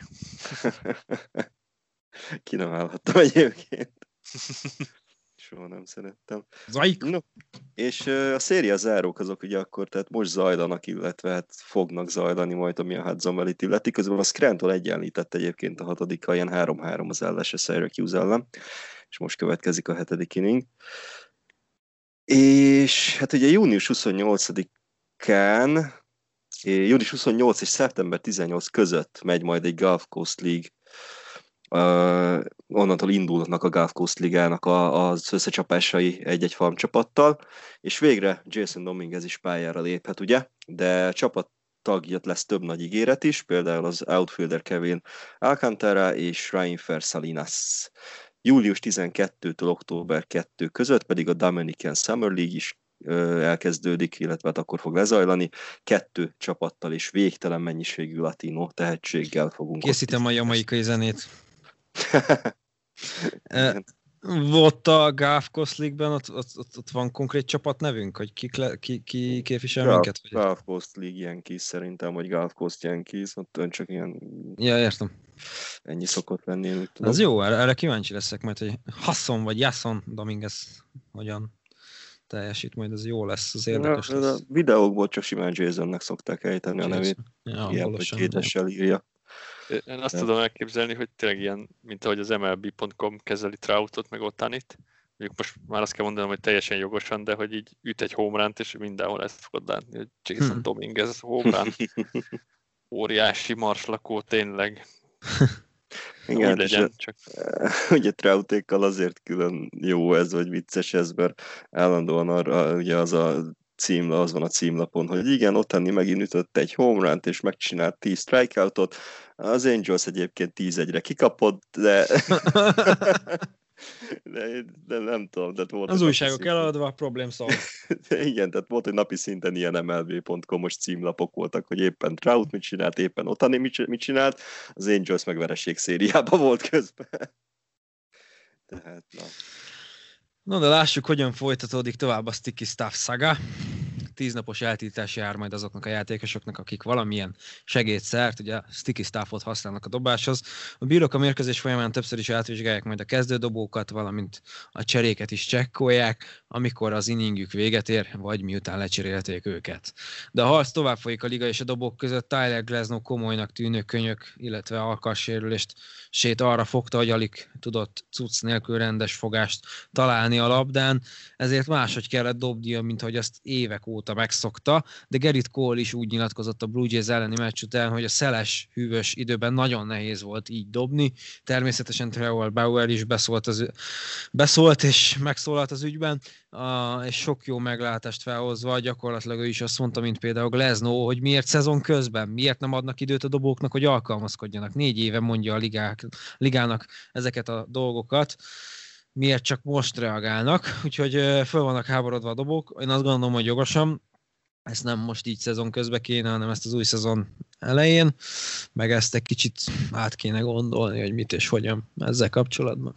Speaker 6: Ki nem állhattam egyébként. Soha nem szerettem.
Speaker 7: Zajk!
Speaker 6: No, és uh, a széria zárók azok ugye akkor, tehát most zajlanak, illetve hát fognak zajlani majd, ami a Hudson Valley-t illeti. Közben a Scranton egyenlített egyébként a hatodikkal, ilyen három három az ellese Syracuse ellen, és most következik a hetedik inning. És hát ugye június huszonnyolcadikán, június huszonnyolc és szeptember tizennyolc között megy majd egy Gulf Coast League, uh, onnantól indulnak a Gulf Coast Ligának a, az összecsapásai egy-egy farm csapattal, és végre Jason Dominguez is pályára léphet, ugye? De csapat tagja lesz több nagy ígéret is, például az outfielder Kevin Alcantara és Ryan Salinas. július tizenkettőtől október kettő között pedig a Dominican Summer League is elkezdődik, illetve hát akkor fog lezajlani. Kettő csapattal és végtelen mennyiségű latino tehetséggel fogunk.
Speaker 7: Készítem a jamaikai zenét. Volt a Gulf Coast League-ben, ott, ott, ott, ott van konkrét csapatnevünk, hogy ki, ki, ki képvisel Gulf, minket?
Speaker 6: Vagy? Gulf Coast League Yankees szerintem, vagy Gulf Coast Yankees, ott ön csak ilyen...
Speaker 7: Ja, értem.
Speaker 6: Ennyi szokott lenni, én úgy tudom.
Speaker 7: Az jó, erre, erre kíváncsi leszek, mert hogy Hasson vagy Jason Dominguez hogyan teljesít, majd ez jó lesz, az érdekes
Speaker 6: ja,
Speaker 7: lesz.
Speaker 6: A videókból csak simán Jasonnek szokták ejteni a nevét.
Speaker 7: Ja,
Speaker 6: ilyen, hogy kétessel írja.
Speaker 8: Én azt de. tudom elképzelni, hogy tényleg ilyen, mint ahogy az em el bé pont com kezeli Troutot, meg Otanit. Mondjuk most már azt kell mondanom, hogy teljesen jogosan, de hogy így üt egy homerunt, és mindenhol ezt fogod látni, hogy Jason hmm. Dominguez home run. Óriási marslakó, tényleg.
Speaker 6: Igen, úgy legyen, csak. Ugye Troutékkal azért külön jó ez, vagy vicces ez, mert állandóan arra ugye az a címla, az van a címlapon, hogy igen, Otani megint ütött egy home runt, és megcsinált tíz strikeoutot. Az Angels egyébként tíz egyre kikapott, de... de, de nem tudom. Tehát volt
Speaker 7: az újságok eladva, problém szól.
Speaker 6: Igen, tehát volt, hogy napi szinten ilyen em el bé pont com-os címlapok voltak, hogy éppen Trout mit csinált, éppen Otani mit csinált, az Angels meg vereség szériában volt közben. Tehát, na.
Speaker 7: No, de lássuk, hogyan folytatódik tovább a Sticky Stuff saga. Tíznapos eltiltás jár majd azoknak a játékosoknak, akik valamilyen segédszert, ugye sticky stuffot használnak a dobáshoz. A bírók a mérkőzés folyamán többször is átvizsgálják majd a kezdődobókat, valamint a cseréket is csekkolják, amikor az inningük véget ér, vagy miután lecserélték őket. De a harc tovább folyik a liga és a dobók között. Tyler Glasnow komolynak tűnő könyök, illetve alkassérülést sét arra fogta, hogy alig tudott cucc nélkül rendes fogást találni a labdán, ezért máshogy kellett dobnia, mint hogy azt évek óta megszokta, de Gerrit Cole is úgy nyilatkozott a Blue Jays elleni meccs után, hogy a szeles, hűvös időben nagyon nehéz volt így dobni. Természetesen Trevor Bauer is beszólt, az, beszólt és megszólalt az ügyben, uh, és sok jó meglátást felhozva, gyakorlatilag ő is azt mondta, mint például Glasnow, hogy miért szezon közben, miért nem adnak időt a dobóknak, hogy alkalmazkodjanak. Négy éve mondja a ligák, ligának ezeket a dolgokat, miért csak most reagálnak, úgyhogy föl vannak háborodva a dobók. Én azt gondolom, hogy jogosan, ezt nem most így szezon közben kéne, hanem ezt az új szezon elején, meg ezt egy kicsit át kéne gondolni, hogy mit és hogyan ezzel kapcsolatban.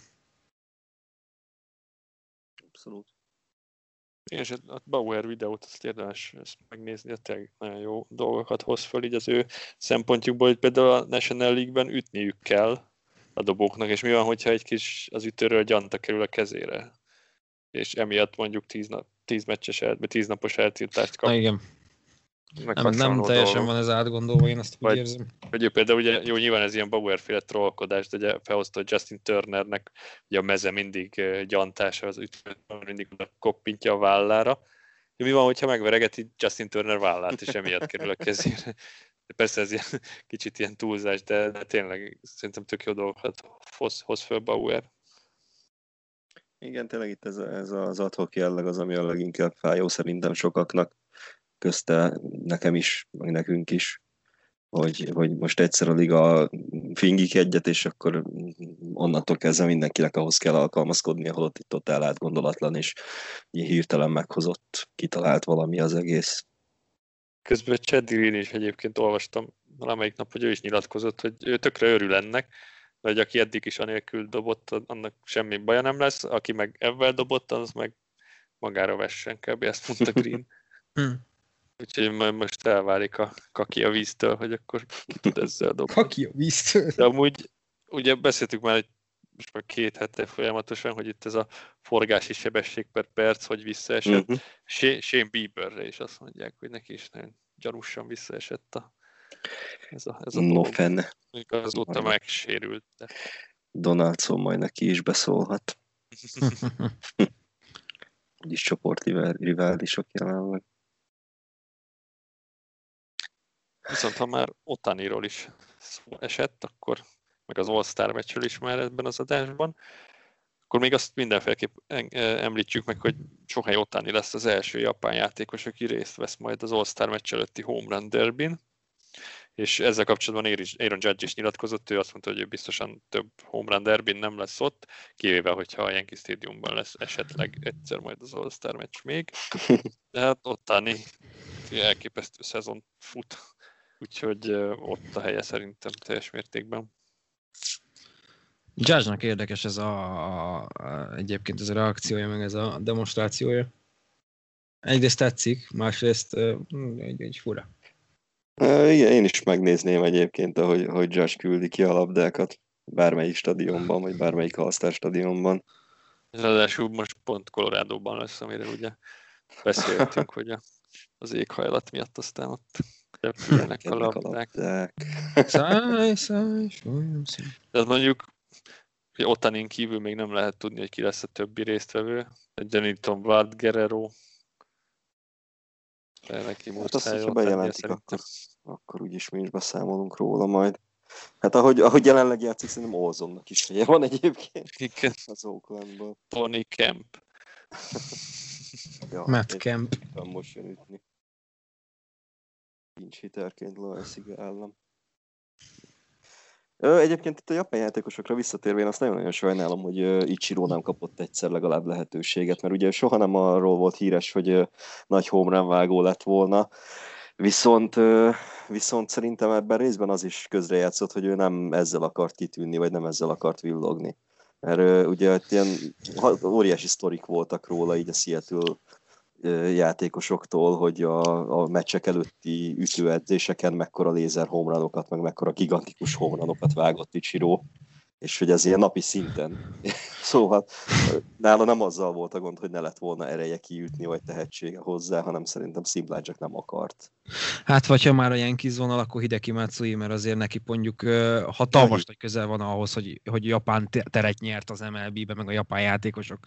Speaker 6: Abszolút.
Speaker 8: És a Bauer videót azt érdemes ezt megnézni, tényleg nagyon jó dolgokat hoz föl így az ő szempontjukból, hogy például a National League-ben ütniük kell a dobóknak, és mi van, hogyha egy kis az ütőről gyanta kerül a kezére, és emiatt mondjuk tíz, nap, tíz meccses, el, tíz napos eltiltást kap.
Speaker 7: Na, igen. Nem, nem teljesen dolgok. Van ez átgondolva, én ezt úgy érzem.
Speaker 8: Vagy ő például, ugye, jó, nyilván ez ilyen Bauer-féle trollkodás, de ugye felhozta, hogy Justin Turnernek ugye a meze mindig gyantása, az ütő mindig koppintja a vállára. De mi van, hogyha megveregeti Justin Turner vállát, és emiatt kerül a kezére. Persze ez ilyen, kicsit ilyen túlzás, de, de tényleg szerintem tök jó dolgokat hoz, hoz föl Bauer.
Speaker 6: Igen, tényleg itt ez, ez az ad-hoc jelleg az, ami a leginkább fájó szerintem sokaknak, közte nekem is, meg nekünk is, hogy, hogy most egyszer a liga fingik egyet, és akkor onnantól kezdve mindenkinek ahhoz kell alkalmazkodni, ahol ott totál átgondolatlan, és hirtelen meghozott, kitalált valami az egész.
Speaker 8: Közben Chad Green is egyébként olvastam valamelyik nap, hogy ő is nyilatkozott, hogy ő tökre örül ennek, hogy aki eddig is anélkül dobott, annak semmi baja nem lesz, aki meg ebben dobott, az meg magára vessen, kb. Ezt mondta Green. Úgyhogy most elválik a kaki a víztől, hogy akkor ki tud ezzel dobni.
Speaker 7: Kaki a víztől?
Speaker 8: De amúgy, ugye beszéltük már, hogy most már két hete folyamatosan, hogy itt ez a forgási sebesség per perc, hogy visszaesett. Uh-huh. Shane Bieberre is azt mondják, hogy neki is nagyon gyanúsan visszaesett a, ez a, ez a
Speaker 6: no fenne.
Speaker 8: Azóta megsérült. De...
Speaker 6: Donaldson majd neki is beszólhat. Úgyis csoportriválisok jelenleg.
Speaker 8: Viszont ha már Otaniról is szó esett, akkor meg az All-Star meccsről is már ebben az adásban, akkor még azt mindenféleképp említsük meg, hogy Shohei Otani lesz az első japán játékos, aki részt vesz majd az All-Star meccs előtti Home Run Derbyn, és ezzel kapcsolatban Aaron Judge is nyilatkozott, ő azt mondta, hogy ő biztosan több home run derbin nem lesz ott, kivéve, hogyha a Yankee Stadiumban lesz esetleg egyszer majd az All-Star meccs még. De hát ottani elképesztő szezon fut, úgyhogy ott a helye szerintem teljes mértékben.
Speaker 7: Judge-nak érdekes ez a, a, a egyébként ez a reakciója, meg ez a demonstrációja. Egyrészt tetszik, másrészt egy, egy fura.
Speaker 6: Uh, igen, én is megnézném egyébként, ahogy, hogy Judge küldi ki a labdákat bármelyik stadionban, vagy bármelyik All-Star stadionban.
Speaker 8: Ráadásul most pont Colorado-ban lesz, amire ugye beszéltünk, hogy az éghajlat miatt aztán ott repülnek a labdák.
Speaker 7: Száj, száj, folyam szín.
Speaker 8: Tehát mondjuk, hogy Otanin kívül még nem lehet tudni, hogy ki lesz a többi résztvevő. Janiton Ward, Guerrero. Neki
Speaker 6: hát azt, hogyha bejelentik, akkor, akkor úgyis mi is beszámolunk róla majd. Hát ahogy, ahogy jelenleg játszik, szerintem Olsonnak is helye van egyébként.
Speaker 8: Igen.
Speaker 6: Az Oaklandból.
Speaker 8: Tony Kemp.
Speaker 6: Ja,
Speaker 7: Matt Kemp.
Speaker 6: Most jön ütni. Nincs hiterként Loaiziga ellen. Egyébként itt a japán játékosokra visszatérve, én azt nagyon-nagyon sajnálom, hogy Ichiro nem kapott egyszer legalább lehetőséget, mert ugye soha nem arról volt híres, hogy nagy home run vágó lett volna, viszont, viszont szerintem ebben részben az is közrejátszott, hogy ő nem ezzel akart kitűnni, vagy nem ezzel akart villogni. Mert ugye ilyen óriási sztorik voltak róla így a Seattle játékosoktól, hogy a, a meccsek előtti ütőedzéseken mekkora lézer homerunokat, meg mekkora gigantikus homerunokat vágott Ichiro, és hogy ez ilyen napi szinten. Szóval nála nem azzal volt a gond, hogy ne lett volna ereje kiütni, vagy tehetsége hozzá, hanem szerintem szimplán csak nem akart.
Speaker 7: Hát, vagy ha már a Yankees vonal, akkor Hideki Matsui, mert azért neki mondjuk hatalmas nagy közel van ahhoz, hogy, hogy Japán teret nyert az em el bé-be, meg a japán játékosok.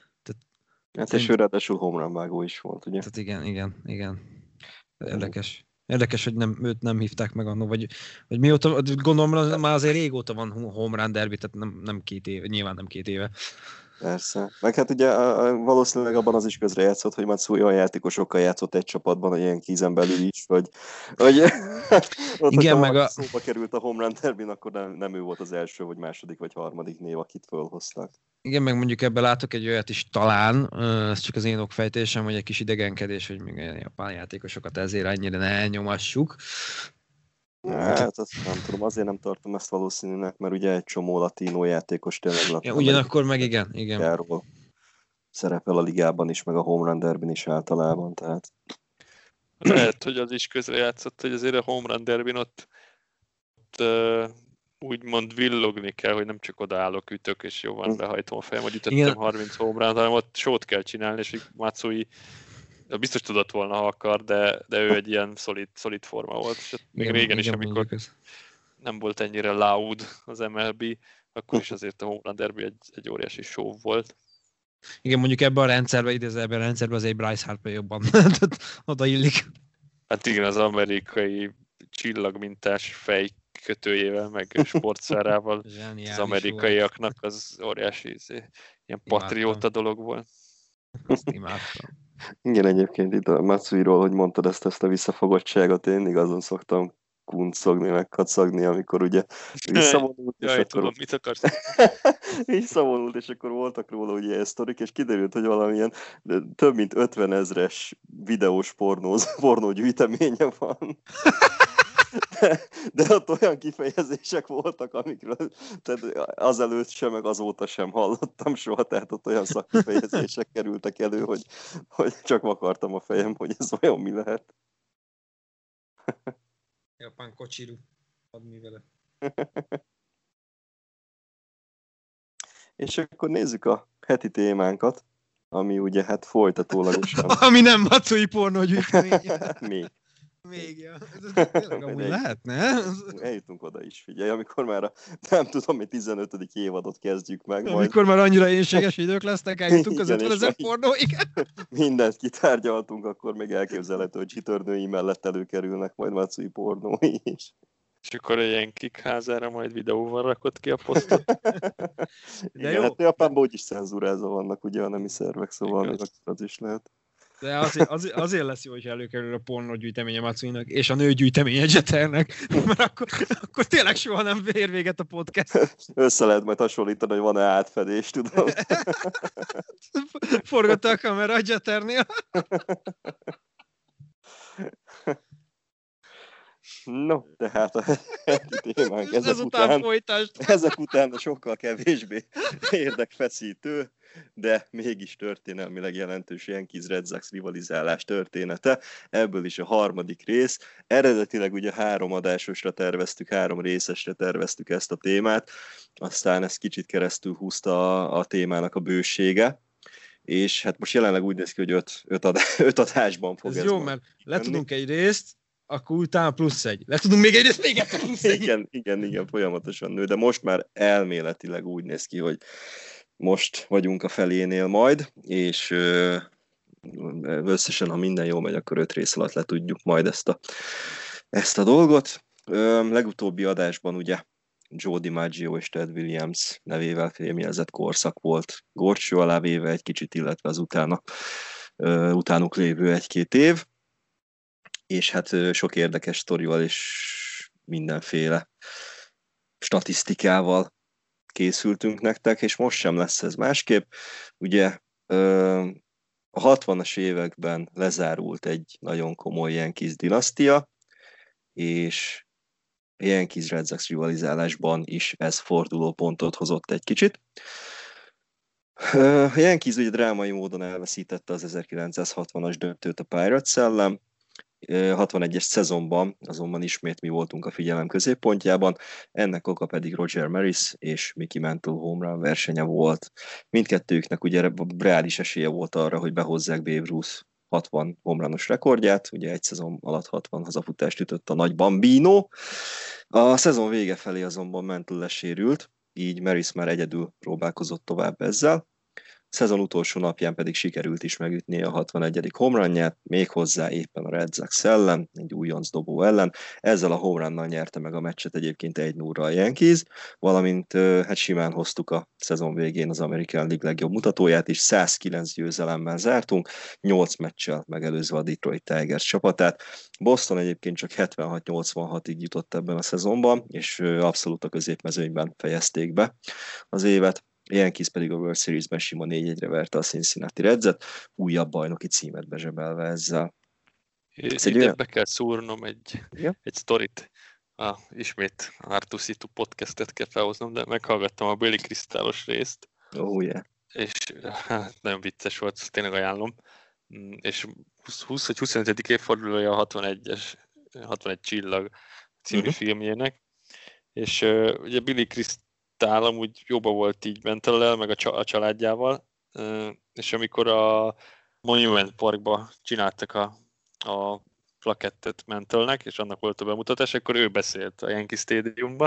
Speaker 6: Hát és ő ráadásul home run vágó is volt, ugye?
Speaker 7: Tehát igen, igen, igen. Érdekes. Érdekes, hogy nem, őt nem hívták meg annól, vagy, vagy mióta, gondolom már azért régóta van home run derby, tehát nem, nem két éve, nyilván nem két éve.
Speaker 6: Persze. Meg hát ugye valószínűleg abban az is közrejátszott, hogy Matsui olyan játékosokkal játszott egy csapatban, a Yankeesen belül is, hogy, hogy ott,
Speaker 7: igen, meg a...
Speaker 6: szóba került a home run derbyn, akkor nem, nem ő volt az első, vagy második, vagy harmadik név, akit fölhoztak.
Speaker 7: Igen, meg mondjuk ebben látok egy olyat is talán, ez csak az én okfejtésem, hogy egy kis idegenkedés, hogy még a japán játékosokat ezért ennyire ne elnyomassuk.
Speaker 6: Hát azt nem tudom, azért nem tartom ezt valószínűnek, mert ugye egy csomó latino játékos tényleg
Speaker 7: ja, ugyanakkor meg igen, igen.
Speaker 6: Szerepel a ligában is, meg a home run derbyn is általában, tehát...
Speaker 8: Lehet, hogy az is közrejátszott, hogy azért a home run derbyn ott, ott uh, úgymond villogni kell, hogy nem csak odaállok, ütök, és jó van, behajtom a fejem, hogy ütöttem igen. harminc home run, hanem ott sót kell csinálni, és Matsui biztos tudott volna, ha akar, de, de ő egy ilyen szolid, szolid forma volt. És még igen, régen igen, is, amikor nem volt ennyire loud az em el bé, akkor is azért a home run derby egy, egy óriási show volt.
Speaker 7: Igen, mondjuk ebben a rendszerben, idézőben a rendszerben azért Bryce Harper jobban odaillik.
Speaker 8: Hát igen, az amerikai csillagmintás fejkötőjével, meg sportszárával az amerikaiaknak az óriási ilyen patrióta dolog volt.
Speaker 7: Azt imádtam.
Speaker 6: Igen, egyébként itt a Matsuiról, hogy mondtad ezt, ezt a visszafogottságot, én igazon szoktam kuncogni, meg kacagni, amikor ugye visszavonult, és
Speaker 8: Jaj,
Speaker 6: akkor...
Speaker 8: tudom, mit akarsz?
Speaker 6: visszavonult, és akkor voltak róla ugye ilyen sztorik, és kiderült, hogy valamilyen több mint ötven ezres videós pornóz, pornógyűjteménye van. De, de ott olyan kifejezések voltak, amikről tehát azelőtt sem, meg azóta sem hallottam soha, tehát ott olyan szakkifejezések kerültek elő, hogy, hogy csak vakartam a fejem, hogy ez olyan mi lehet.
Speaker 7: Japán kocsiru. Add mi vele.
Speaker 6: És akkor nézzük a heti témánkat, ami ugye hát folytatólagosan...
Speaker 7: ami nem Matsui pornógyűjtemény.
Speaker 6: Még.
Speaker 7: Még, ja. Ez tényleg amúgy lehetne.
Speaker 6: Eljutunk oda is, figyelj, amikor már a, nem tudom, hogy tizenötödik évadot kezdjük meg. Majd...
Speaker 7: Amikor már annyira énséges idők lesznek, eljutunk az ötvenezer pornóig.
Speaker 6: Mindent kitárgyaltunk, akkor még elképzelhető, hogy csitörnői mellett előkerülnek majd Matsui pornói is.
Speaker 8: És akkor egy ilyen kikházára majd videóval rakott ki a posztot.
Speaker 6: De igen, jó. Hát Japánban úgyis cenzúrázva vannak ugye a nemi szervek, szóval még az is lehet.
Speaker 7: De azért, azért, azért lesz jó, hogyha előkerül a pornó gyűjteménye Matsuinak, és a nő gyűjteménye Jeternek, mert akkor, akkor tényleg soha nem ér véget a podcast.
Speaker 6: Össze lehet majd hasonlítani, hogy van-e átfedés, tudom.
Speaker 7: Forgatta a kamera a Jeternél.
Speaker 6: No, tehát a témánk ezek
Speaker 7: Ezután
Speaker 6: után,
Speaker 7: folytasd.
Speaker 6: ezek után sokkal kevésbé érdekfeszítő, de mégis történelmileg jelentős Yankees Red Sox rivalizálás története. Ebből is a harmadik rész. Eredetileg ugye három adásosra terveztük, három részesre terveztük ezt a témát, aztán ez kicsit keresztül húzta a, a témának a bősége, és hát most jelenleg úgy néz ki, hogy öt, öt, adás, öt adásban fog
Speaker 7: ez,
Speaker 6: ez
Speaker 7: jó,
Speaker 6: majd
Speaker 7: mert
Speaker 6: menni.
Speaker 7: letudunk egy részt, akkor utána plusz egy. Letudunk még egy részt, még egyszer plusz egy.
Speaker 6: Igen, igen, igen, folyamatosan nő, de most már elméletileg úgy néz ki, hogy most vagyunk a felénél majd, és ö, összesen, ha minden jól megy, akkor öt rész alatt le tudjuk majd ezt a, ezt a dolgot. Ö, legutóbbi adásban ugye Joe DiMaggio és Ted Williams nevével fémjelzett korszak volt górcső alá véve egy kicsit, illetve az utána, ö, utánuk lévő egy-két év, és hát ö, sok érdekes sztorival és mindenféle statisztikával készültünk nektek, és most sem lesz ez másképp. Ugye a hatvanas években lezárult egy nagyon komoly Yankees dinasztia, és a Yankees Red Sox rivalizálásban is ez fordulópontot hozott egy kicsit. A Yankees ugye drámai módon elveszítette az ezerkilencszázhatvanas döntőt a Pirates ellen, hatvanegyes szezonban azonban ismét mi voltunk a figyelem középpontjában, ennek oka pedig Roger Maris és Mickey Mantle home run versenye volt. Mindkettőjüknek ugye reális esélye volt arra, hogy behozzák Babe Ruth hatvan home runos rekordját, ugye egy szezon alatt hatvan hazafutást ütött a nagy Bambino. A szezon vége felé azonban Mantle lesérült, így Maris már egyedül próbálkozott tovább ezzel. A szezon utolsó napján pedig sikerült is megütnie a hatvanegyedik home runját, méghozzá éppen a Red Sox ellen, egy újonc dobó ellen. Ezzel a home runnal nyerte meg a meccset egyébként egy nullra a Yankees, valamint hát simán hoztuk a szezon végén az American League legjobb mutatóját is, száz kilenc győzelemmel zártunk, nyolc meccsel megelőzve a Detroit Tigers csapatát. Boston egyébként csak hetvenhat nyolcvanhatig jutott ebben a szezonban, és abszolút a középmezőnyben fejezték be az évet. A Yankees pedig a World Series-ben sima négy egyre verte a Cincinnati Redset, újabb bajnoki címet bezsebelve ezzel.
Speaker 8: Ide olyan... be kell szúrnom egy, ja? egy sztorit. Ah, ismét Artusitu podcastet kell felhoznom, de meghallgattam a Billy Crystal-os részt.
Speaker 6: Oh, yeah.
Speaker 8: És hát, nagyon vicces volt, azt tényleg ajánlom. És húsz vagy huszonötödik évfordulója a hatvanegyes, hatvanegy csillag című uh-huh. filmjének. És uh, ugye Billy Crystal amúgy jóba volt így Mantle-lel, meg a családjával, és amikor a Monument Parkba csináltak a, a plakettet Mantle-nek, és annak volt a bemutatás, akkor ő beszélt a Yankee Stadiumban,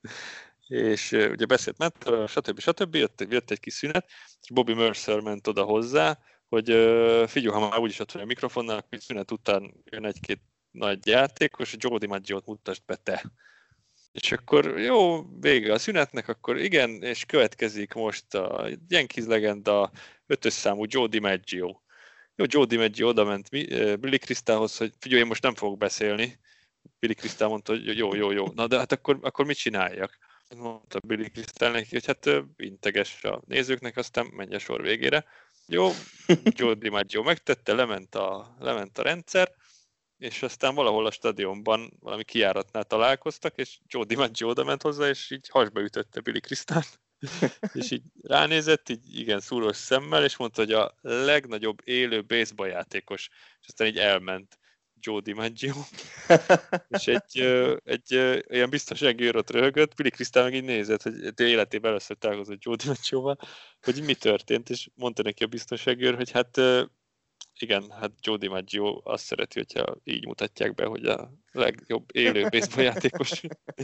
Speaker 8: és ugye beszélt Mantle, stb. stb. Jött, jött egy kis szünet, és Bobby Mercer ment oda hozzá, hogy figyelj, ha már úgyis ott vagy a mikrofonnal, hogy szünet után jön egy-két nagy játékos, Joe DiMaggio-t mutasd be te. És akkor jó, vége a szünetnek, akkor igen, és következik most a Yankees legenda, ötös számú Joe DiMaggio. Jó, Joe DiMaggio oda ment Billy Crystalhoz, hogy figyelj, én most nem fogok beszélni. Billy Crystal mondta, hogy jó, jó, jó. Na de hát akkor, akkor mit csináljak? Mondta Billy Crystal neki, hogy hát integes a nézőknek, aztán menj a sor végére. Jó, Joe DiMaggio megtette, lement a, lement a rendszer, és aztán valahol a stadionban valami kijáratnál találkoztak, és Joe DiMaggio oda ment hozzá, és így hasba ütötte Billy Crystalt, és így ránézett, így igen szúrós szemmel, és mondta, hogy a legnagyobb élő baseball játékos, és aztán így elment Joe DiMaggio, és egy, egy, egy ilyen biztonsági őr ott röhögött, Billy Crystal meg így nézett, hogy életében először találkozott Joe DiMaggioval, hogy mi történt, és mondta neki a biztonsági őr, hogy hát igen, hát Joe DiMaggio azt szereti, hogyha így mutatják be, hogy a legjobb élő baseball játékos.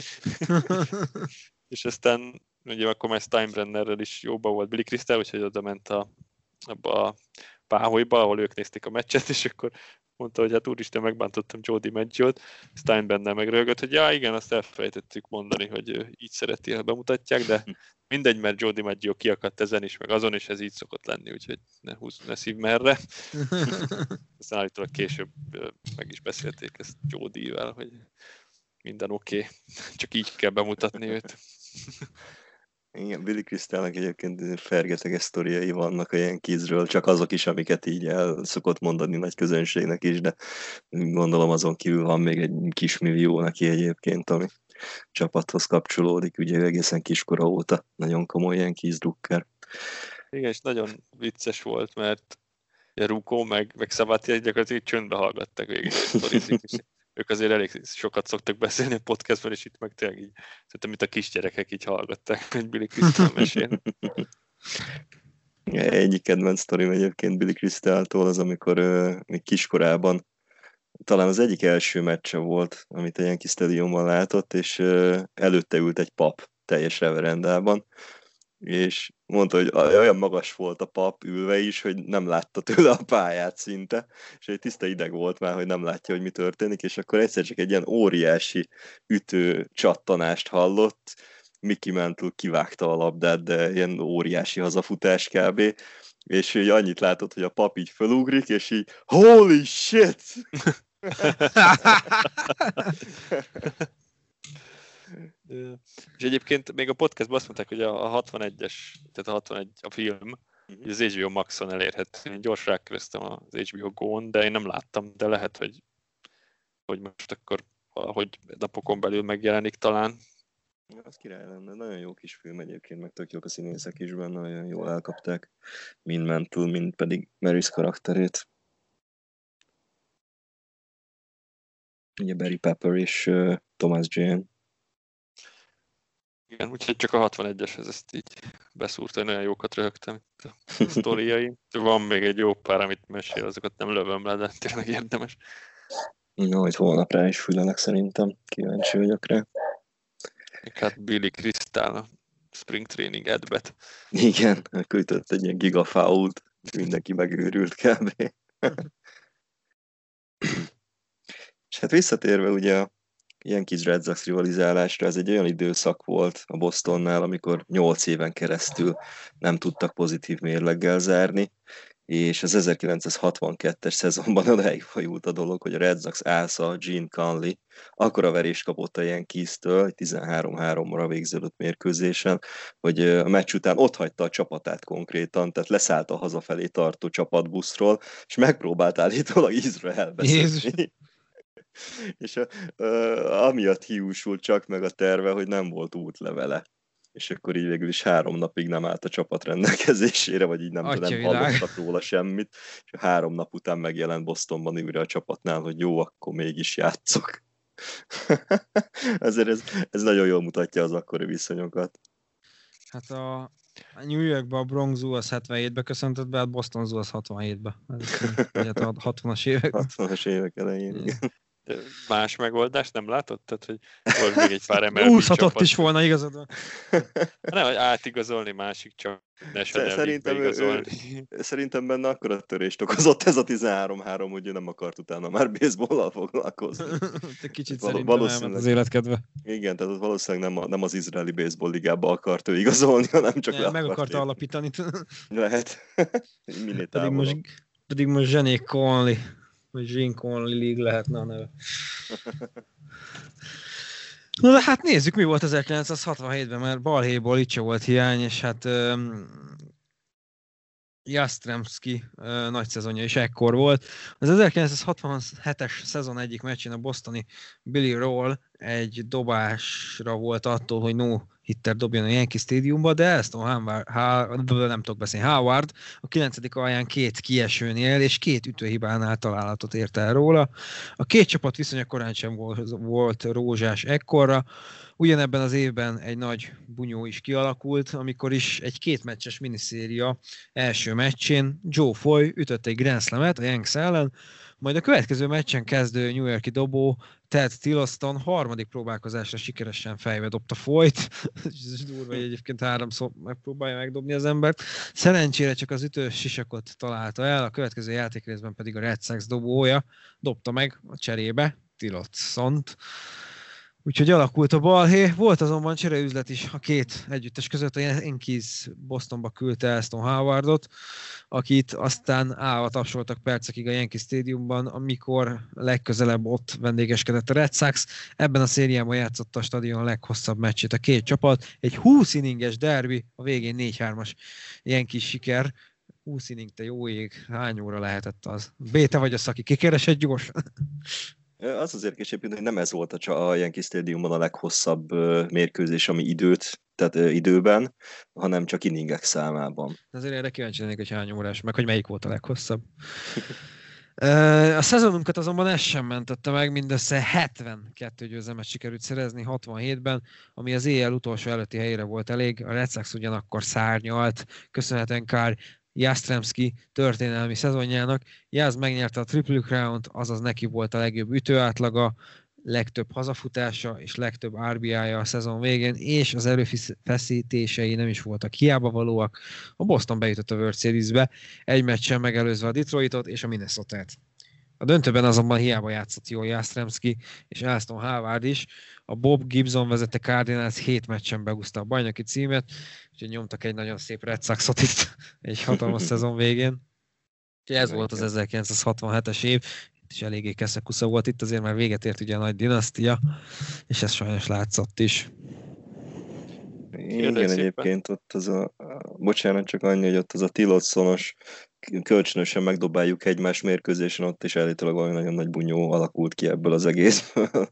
Speaker 8: És aztán ugye akkor már Steinbrennerrel is jóban volt Billy Crystal, úgyhogy oda ment a, abba a páholyba, ahol ők nézték a meccset, és akkor mondta, hogy hát úristen, megbántottam Joe DiMaggio-t, Stein benne megrögött, hogy ja igen, azt elfelejtettük mondani, hogy így szereti, ha bemutatják, de mindegy, mert Joe DiMaggio kiakadt ezen is, meg azon is, ez így szokott lenni, úgyhogy ne húzz, ne szív merre. Aztán állítólag később meg is beszélték ezt Joe D-vel, hogy minden oké, okay. Csak így kell bemutatni őt.
Speaker 6: Igen, Billy Crystalnak egyébként fergeteges sztoriai vannak a Yankeesről, csak azok is, amiket így el szokott mondani nagy közönségnek is, de gondolom azon kívül van még egy kis millió neki egyébként, ami csapathoz kapcsolódik, ugye egészen kiskora óta nagyon komoly Yankees drukker.
Speaker 8: Igen, és nagyon vicces volt, mert Ruko meg, meg Sabathia gyakorlatilag csöndbe hallgattak végig. Ők azért elég sokat szoktak beszélni a podcastban, és itt meg tényleg így, szerintem mint a kisgyerekek így hallgatták, hogy Billy Crystal mesél.
Speaker 6: Egyik kedvenc sztorim egyébként Billy Crystaltól az, amikor uh, még kiskorában talán az egyik első meccse volt, amit a Yankee Stadiumban látott, és uh, előtte ült egy pap teljes reverendában, és mondta, hogy olyan magas volt a pap ülve is, hogy nem látta tőle a pályát szinte, és egy tiszta ideg volt már, hogy nem látja, hogy mi történik, és akkor egyszer csak egy ilyen óriási ütő csattanást hallott, Mickey Mantle kivágta a labdát, de ilyen óriási hazafutás kb. És így annyit látott, hogy a pap így fölugrik, és így holy shit!
Speaker 8: És egyébként még a podcastban azt mondták, hogy a hatvanegyes, tehát a hatvanegy a film, uh-huh. az há bé o Maxon elérhető. Én gyors rákerestem az há bé o Go-n, de én nem láttam, de lehet, hogy, hogy most akkor valahogy napokon belül megjelenik talán.
Speaker 6: Az király lenne, nagyon jó kis film egyébként, meg tök jók a színészek is benne, nagyon jól elkapták, mind Mantle, mind pedig Maris karakterét. Ugye Barry Pepper és uh, Thomas Jane.
Speaker 8: Igen, úgyhogy csak a hatvanegyeshez ezt így beszúrt, hogy nagyon jókat röhögtem itt a sztoriai. Van még egy jó pár, amit mesél, azokat nem lövöm le, de tényleg érdemes.
Speaker 6: Na, hogy holnap rá is fülelek szerintem, kíváncsi vagyok rá.
Speaker 8: Hát Billy Crystal, a Spring Training ad-bet.
Speaker 6: Igen, küldött egy ilyen gigafoult, mindenki megőrült kb. És hát visszatérve ugye a Yankees Red Sox rivalizálásra, ez egy olyan időszak volt a Bostonnál, amikor nyolc éven keresztül nem tudtak pozitív mérleggel zárni, és az ezerkilencszázhatvankettes szezonban odáig fajult a dolog, hogy a Red Sox ásza Gene Conley akkora verést kapott a Yankees-től, egy tizenhárom-háromra végződött mérkőzésen, hogy a meccs után otthagyta a csapatát konkrétan, tehát leszállt a hazafelé tartó csapatbuszról, és megpróbált állítólag Izraelbe szökni. És a, uh, amiatt hiúsult csak meg a terve, hogy nem volt útlevele. És akkor így végül is három napig nem állt a csapat rendelkezésére, vagy így nem, nem hallottak róla semmit. És három nap után megjelent Bostonban újra a csapatnál, hogy jó, akkor mégis játszok. Ezért ez, ez nagyon jól mutatja az akkori viszonyokat.
Speaker 7: Hát a New Yorkban a Bronx Zoo az hetvenhétben köszöntött be, a Boston Zoo az hatvanhétben. Ez a hatvanas évek.
Speaker 6: hatvanas évek elején, igen.
Speaker 8: Más megoldást nem látott? Tehát, hogy volt még egy pár em el bé
Speaker 7: úszhatott is volna igazad van.
Speaker 8: Nem, hogy átigazolni másik csak
Speaker 6: szerintem, ő, szerintem benne akkora törést okozott ez a tizenhárom három, hogy ő nem akart utána már baseballlal foglalkozni.
Speaker 7: Te kicsit Val- szerintem elment az életkedve.
Speaker 6: Igen, tehát valószínűleg nem, a, nem az izraeli baseball ligába akart ő igazolni, hanem csak
Speaker 7: ne, le meg akarta lépni. Alapítani.
Speaker 6: Lehet. Minél
Speaker 7: pedig, most, pedig most Zsenék Conley, vagy Gene Conley League lehetne a neve. Na de hát nézzük, mi volt ezerkilencszázhatvanhétben, mert balhéból itt se volt hiány, és hát um, Jastrzemski uh, nagy szezonja is ekkor volt. Az ezerkilencszázhatvanhetes szezon egyik meccsén a bostoni Billy Roll egy dobásra volt attól, hogy no hitter dobjon a Yankee Stadiumba, de ezt a Howard, nem tudok beszélni, Howard a kilencedik alján két kiesőnél és két ütőhibánál találatot ért el róla. A két csapat viszonya korán sem volt, volt rózsás ekkorra. Ugyanebben az évben egy nagy bunyó is kialakult, amikor is egy kétmeccses miniszéria első meccsén Joe Foy ütött egy Grand Slamet a Yankees ellen, Majd a következő meccsen kezdő New York-i dobó Ted Tillotson harmadik próbálkozásra sikeresen fejbe dobta folyt. Ez durva, hogy egyébként háromszor megpróbálja megdobni az embert. Szerencsére csak az ütős sisakot találta el, a következő játékrészben pedig a Red Sox dobója dobta meg a cserébe Tillotsont. Úgyhogy alakult a balhé. Volt azonban csereüzlet is a két együttes között. A Yankees Bostonba küldte Elston Howardot, akit aztán állva tapsoltak percekig a Yankee Stadiumban, amikor legközelebb ott vendégeskedett a Red Sox. Ebben a szériában játszott a stadion leghosszabb meccsét a két csapat. Egy húsz inninges derbi, a végén négy hármas Yankees siker. húsz inning, te jó ég, hány óra lehetett az? B, te vagy a szaki, kikeresed gyorsan?
Speaker 6: Az azért később, hogy nem ez volt a, a Yankee Stadiumban a leghosszabb uh, mérkőzés, ami időt, tehát uh, időben, hanem csak inningek számában.
Speaker 7: Azért erre kíváncsi lennék, hogy hány órás, meg hogy melyik volt a leghosszabb. A szezonunkat azonban ez sem mentette meg, mindössze hetvenkettő győzelmet sikerült szerezni hatvanhétben, ami az éjjel utolsó előtti helyére volt elég. A Red Sox ugyanakkor szárnyalt, köszönhetően Kár Jastrzemski történelmi szezonjának. Jász megnyerte a Triple Crown-t, azaz neki volt a legjobb ütőátlaga, legtöbb hazafutása és legtöbb er bé í-ja a szezon végén, és az erőfeszítései nem is voltak hiába valóak. A Boston bejutott a World Series-be, egy meccsen megelőzve a Detroitot és a Minnesotát. A döntőben azonban hiába játszott jól Jastrzemski és Elston Howard is. A Bob Gibson vezette Cardinals hét meccsen beúszta a bajnoki címet, úgyhogy nyomtak egy nagyon szép Red Soxot itt egy hatalmas szezon végén. Úgyhogy ez volt az ezerkilencszázhatvanhetes év, itt is eléggé keszekusza volt, itt azért már véget ért ugye a nagy dinasztia, és ez sajnos látszott is.
Speaker 6: Igen, egyébként ott az a, bocsánat, csak annyi, hogy ott az a Tillotsonos kölcsönösen megdobáljuk egymás mérkőzésen, ott is állítólag valami nagyon nagy bunyó alakult ki ebből az egészből.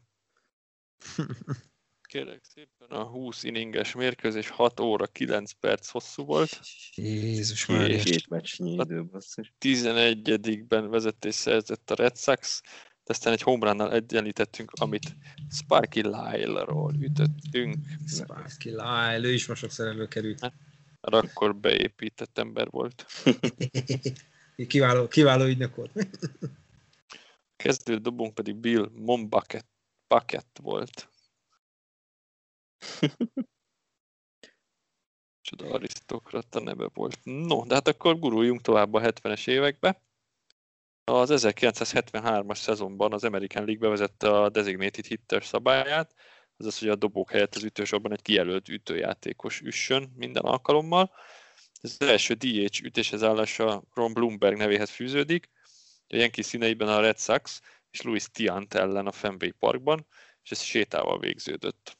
Speaker 8: Kérlek szépen, a húsz inninges mérkőzés hat óra kilenc perc hosszú volt.
Speaker 7: Jézus Mária.
Speaker 6: Két meccsnyi idő, basszus.
Speaker 8: tizenegyedikben vezetés szerzett a Red Sox, de aztán egy home runnal egyenlítettünk, amit Sparky Lyle-ról ütöttünk.
Speaker 7: Sparky Lyle, ő is most sokszor előkerült.
Speaker 8: Hát, akkor beépített ember volt.
Speaker 7: kiváló, kiváló ügynök volt.
Speaker 8: Kezdő dobónk pedig Bill Mombucket Bucket volt. Csoda arisztokrata neve volt. No, de hát akkor guruljunk tovább a hetvenes évekbe. Az ezerkilencszázhetvenhármas szezonban az American League bevezette a Designated Hitter szabályát, azaz, hogy a dobók helyett az ütősorban egy kijelölt ütőjátékos üssön minden alkalommal. Ez az első dé há ütéshez állása Ron Blomberg nevéhez fűződik, a Yankee színeiben a Red Sox és Louis Tiant ellen a Fenway Parkban, és ez sétával végződött.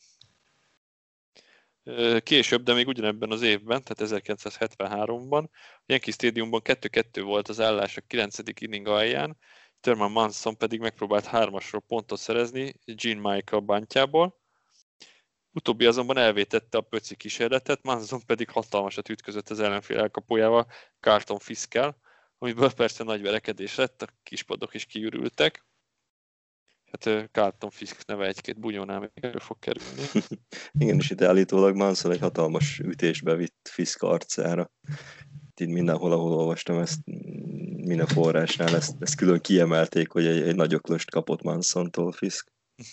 Speaker 8: Később, de még ugyanebben az évben, tehát ezerkilencszázhetvenháromban, a Yankee Stadiumban kettő kettő volt az állás a kilencedik inning alján, Thurman Munson pedig megpróbált hármasról pontot szerezni Gene Michael bántjából. Utóbbi azonban elvétette a pöci kísérletet, Munson pedig hatalmasat ütközött az ellenfél elkapójával, Carlton Fiskkel, amiből persze nagy verekedés lett, a kispadok is kiürültek. Hát Carlton Fisk neve egy-két bunyónál még elő fog kerülni.
Speaker 6: Igen, és itt állítólag Manson egy hatalmas ütésbe vitt Fisk arcára. Itt mindenhol, ahol olvastam ezt, minden forrásnál ezt, ezt külön kiemelték, hogy egy, egy nagy öklöst kapott Mansontól Fisk.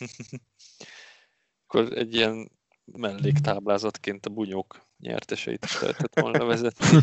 Speaker 8: Akkor egy ilyen melléktáblázatként a bunyók nyerteseit is lehetett volna vezetni.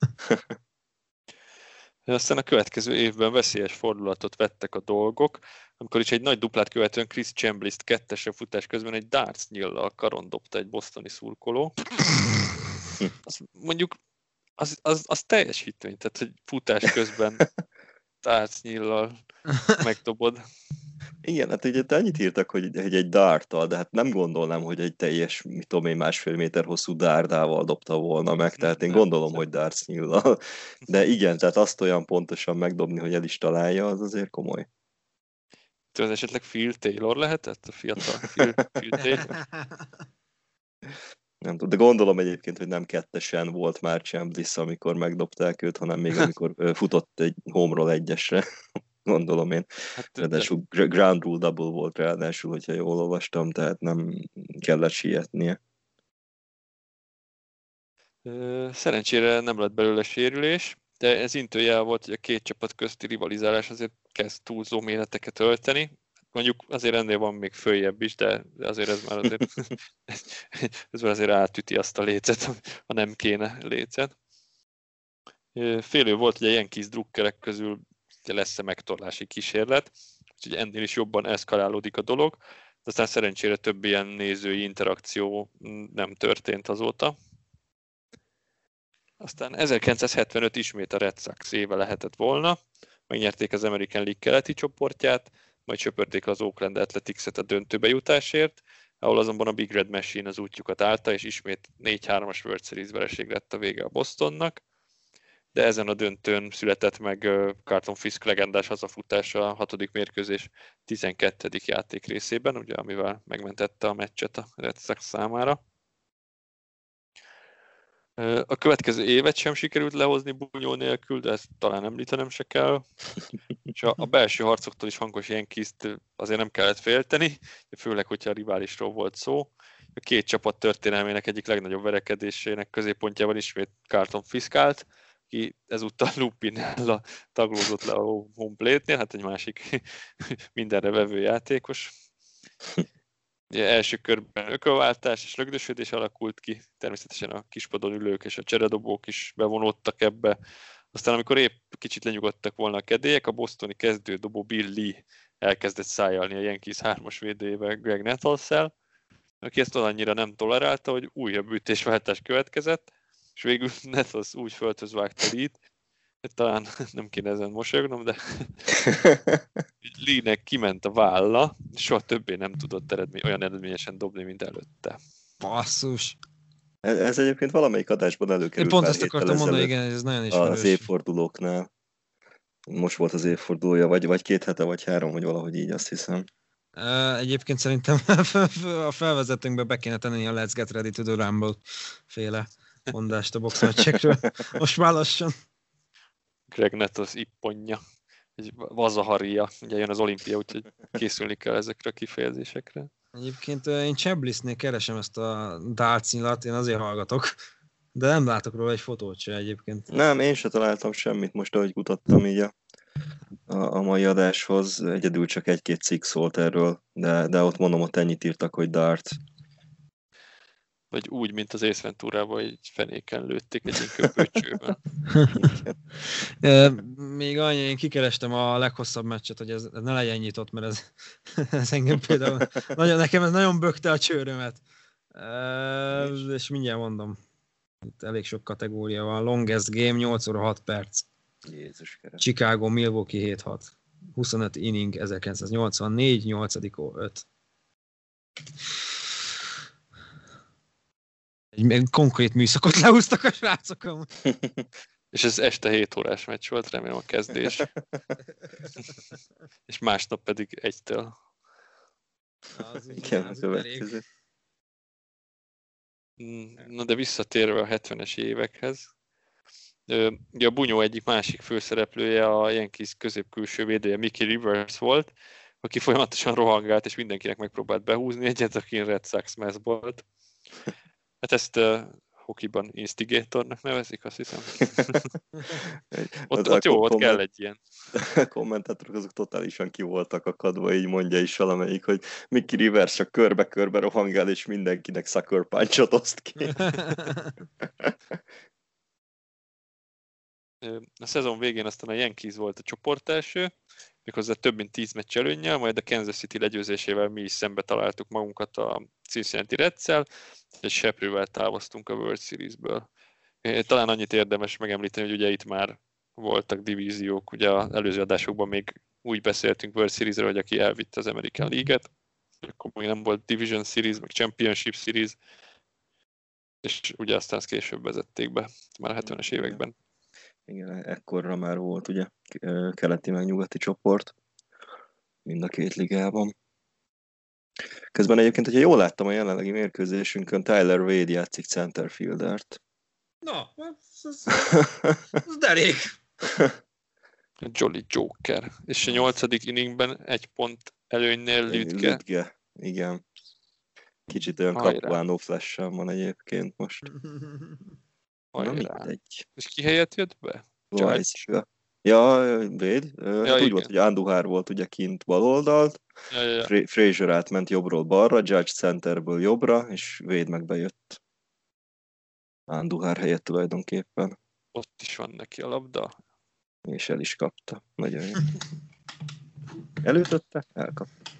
Speaker 8: Aztán a következő évben veszélyes fordulatot vettek a dolgok, amikor is egy nagy duplát követően Chris Chambliss-t kettesre futás közben egy darts nyíllal karon dobta egy bostoni szurkoló. Az, mondjuk az, az, az teljesítmény, tehát hogy futás közben darts nyíllal megdobod.
Speaker 6: Igen, hát ugye annyit írtak, hogy, hogy egy darttal, de hát nem gondolnám, hogy egy teljes, mit tudom én, másfél méter hosszú dárdával dobta volna meg, tehát én gondolom, hogy darts nyíllal. De igen, tehát azt olyan pontosan megdobni, hogy el is találja, az azért komoly.
Speaker 8: Ez esetleg Phil Taylor lehetett? A fiatal Phil, Phil Taylor?
Speaker 6: Nem tudom, de gondolom egyébként, hogy nem kettesen volt már Chambliss, amikor megdobták őt, hanem még amikor futott egy home-ról egyesre. Gondolom én. Hát, ráadásul de... ground rule double volt ráadásul, hogyha jól olvastam, tehát nem kellett sietnie.
Speaker 8: Szerencsére nem lett belőle sérülés, de ez intőjel volt, hogy a két csapat közti rivalizálás azért kezd túlzó méreteket ölteni. Mondjuk azért ennél van még följebb is, de azért ez már azért, ez már azért átüti azt a lécet, ha nem kéne lécet. Félő volt, hogy a Yankees drukkerek közül lesz-e megtorlási kísérlet, úgyhogy ennél is jobban eszkalálódik a dolog, de aztán szerencsére több ilyen nézői interakció nem történt azóta. Aztán ezerkilencszázhetvenöt ismét a Red Sox éve lehetett volna, megnyerték az American League keleti csoportját, majd söpörték az Oakland Athletics-et a döntőbe jutásért, ahol azonban a Big Red Machine az útjukat állta, és ismét négy hármas World Series vereség lett a vége a Bostonnak. De ezen a döntőn született meg Carlton Fisk legendás hazafutása a hatodik mérkőzés tizenkettedik játék részében, ugye, amivel megmentette a meccset a Red Sox számára. A következő évet sem sikerült lehozni Bunyó nélkül, de ezt talán említenem se kell. És a belső harcoktól is hangos Yankees-t azért nem kellett félteni, főleg, hogyha a riválisról volt szó. A két csapat történelmének egyik legnagyobb verekedésének középpontjában ismét Carlton Fisk állt, ki ezúttal Lupinnel taglózott le a home plate-nél, hát egy másik mindenre vevő játékos. Ugye első körben ökölváltás és lögdösödés alakult ki, természetesen a kispadon ülők és a cseredobók is bevonódtak ebbe. Aztán amikor épp kicsit lenyugodtak volna a kedélyek, a bostoni kezdődobó Bill Lee elkezdett szájalni a Yankees hármas védőjével Greg Nettles-szel, aki ezt annyira nem tolerálta, hogy újabb ütésváltás következett, és végül Nettles úgy földhöz vágta Lee-t, talán nem kéne ezen mosolyognom, de Lee-nek kiment a válla, soha többé nem tudott eredmény, olyan eredményesen dobni, mint előtte.
Speaker 7: Basszus!
Speaker 6: Ez, ez egyébként valamelyik adásban előkerült.
Speaker 7: Én pont ezt akartam mondani, igen, ez nagyon ismerős.
Speaker 6: Az évfordulóknál. Most volt az évfordulója, vagy, vagy két hete, vagy három, vagy valahogy így, azt hiszem.
Speaker 7: Egyébként szerintem a felvezetőnkbe be kéne tenni a Let's Get Ready to the Rumble féle mondást a boxmeccsekről. Most már lassan.
Speaker 8: Greg Nettles ipponja, egy vazaharia, ugye jön az olimpia, úgyhogy készülni kell ezekre a kifejezésekre.
Speaker 7: Egyébként én Chablisnél keresem ezt a dálcnyilat, én azért hallgatok, de nem látok róla egy fotót se egyébként.
Speaker 6: Nem, én se találtam semmit most, ahogy kutattam így a, a, a mai adáshoz. Egyedül csak egy-két cikk szólt erről, de, de ott mondom, ott ennyit írtak, hogy dart.
Speaker 8: Vagy úgy, mint az Ace Venturában, egy fenéken lőtték egy köpőcsőben.
Speaker 7: Még annyi, én kikerestem a leghosszabb meccset, hogy ez ne legyen nyitott, mert ez, ez engem például, nagyon, nekem ez nagyon bökte a csőrömet. És, és mindjárt mondom, itt elég sok kategória van. Longest game, nyolc óra hat perc.
Speaker 6: Jézus keres.
Speaker 7: Chicago, Milwaukee hét hat. huszonöt inning, ezerkilencszáznyolcvannégy, nyolcadik öt. Egy konkrét műszakot lehúztak a srácok.
Speaker 8: És ez este hét órás meccs volt, remélem a kezdés. És másnap pedig egytől.
Speaker 6: Igen, a következő.
Speaker 8: Na de visszatérve a hetvenes évekhez. Ugye a Bunyó egyik másik főszereplője a Yankees középkülső védője Mickey Rivers volt, aki folyamatosan rohangált és mindenkinek megpróbált behúzni egyet, akin Red Sox mess volt. Hát ezt uh, hokiban instigatornak nevezik, azt hiszem. ott, ott jó, ott kell egy ilyen.
Speaker 6: A kommentátorok azok totálisan ki voltak akadva, így mondja is valamelyik, hogy Mickey Rivers csak körbe-körbe rohangál, és mindenkinek sucker punch-ot oszt ki.
Speaker 8: A szezon végén aztán a Yankees volt a csoportelső, méghozzá több mint tíz meccs előnnyel, majd a Kansas City legyőzésével mi is szembe találtuk magunkat a Cincinnati Reds-szel, és seprővel távoztunk a World Series-ből. Talán annyit érdemes megemlíteni, hogy ugye itt már voltak divíziók, ugye az előző adásokban még úgy beszéltünk World Series-ről, hogy aki elvitte az American League-et, akkor még nem volt Division Series, meg Championship Series, és ugye aztán ezt később vezették be, már a hetvenes években.
Speaker 6: Igen, ekkorra már volt ugye keleti meg nyugati csoport mind a két ligában. Közben egyébként, hogyha jól láttam a jelenlegi mérkőzésünkön, Tyler Wade játszik centerfieldert.
Speaker 7: Na, ez, ez, ez derék.
Speaker 8: Jolly Joker. És a nyolcadik inningben egy pont előnynél Lütke.
Speaker 6: Lütke, igen. Kicsit olyan Capuano flash-sel van egyébként most.
Speaker 8: Na, és ki helyett jött be?
Speaker 6: Vice. Ja, Wade. Ja, hát úgy volt, hogy Andujar volt ugye kint bal oldalt,
Speaker 8: ja, ja, ja.
Speaker 6: Fra- Frazier átment jobbról balra, Judge centerből jobbra, és Wade meg bejött Andujar helyett tulajdonképpen.
Speaker 8: Ott is van neki a labda.
Speaker 6: És el is kapta. Nagyon jó. Elütötte, elkapta.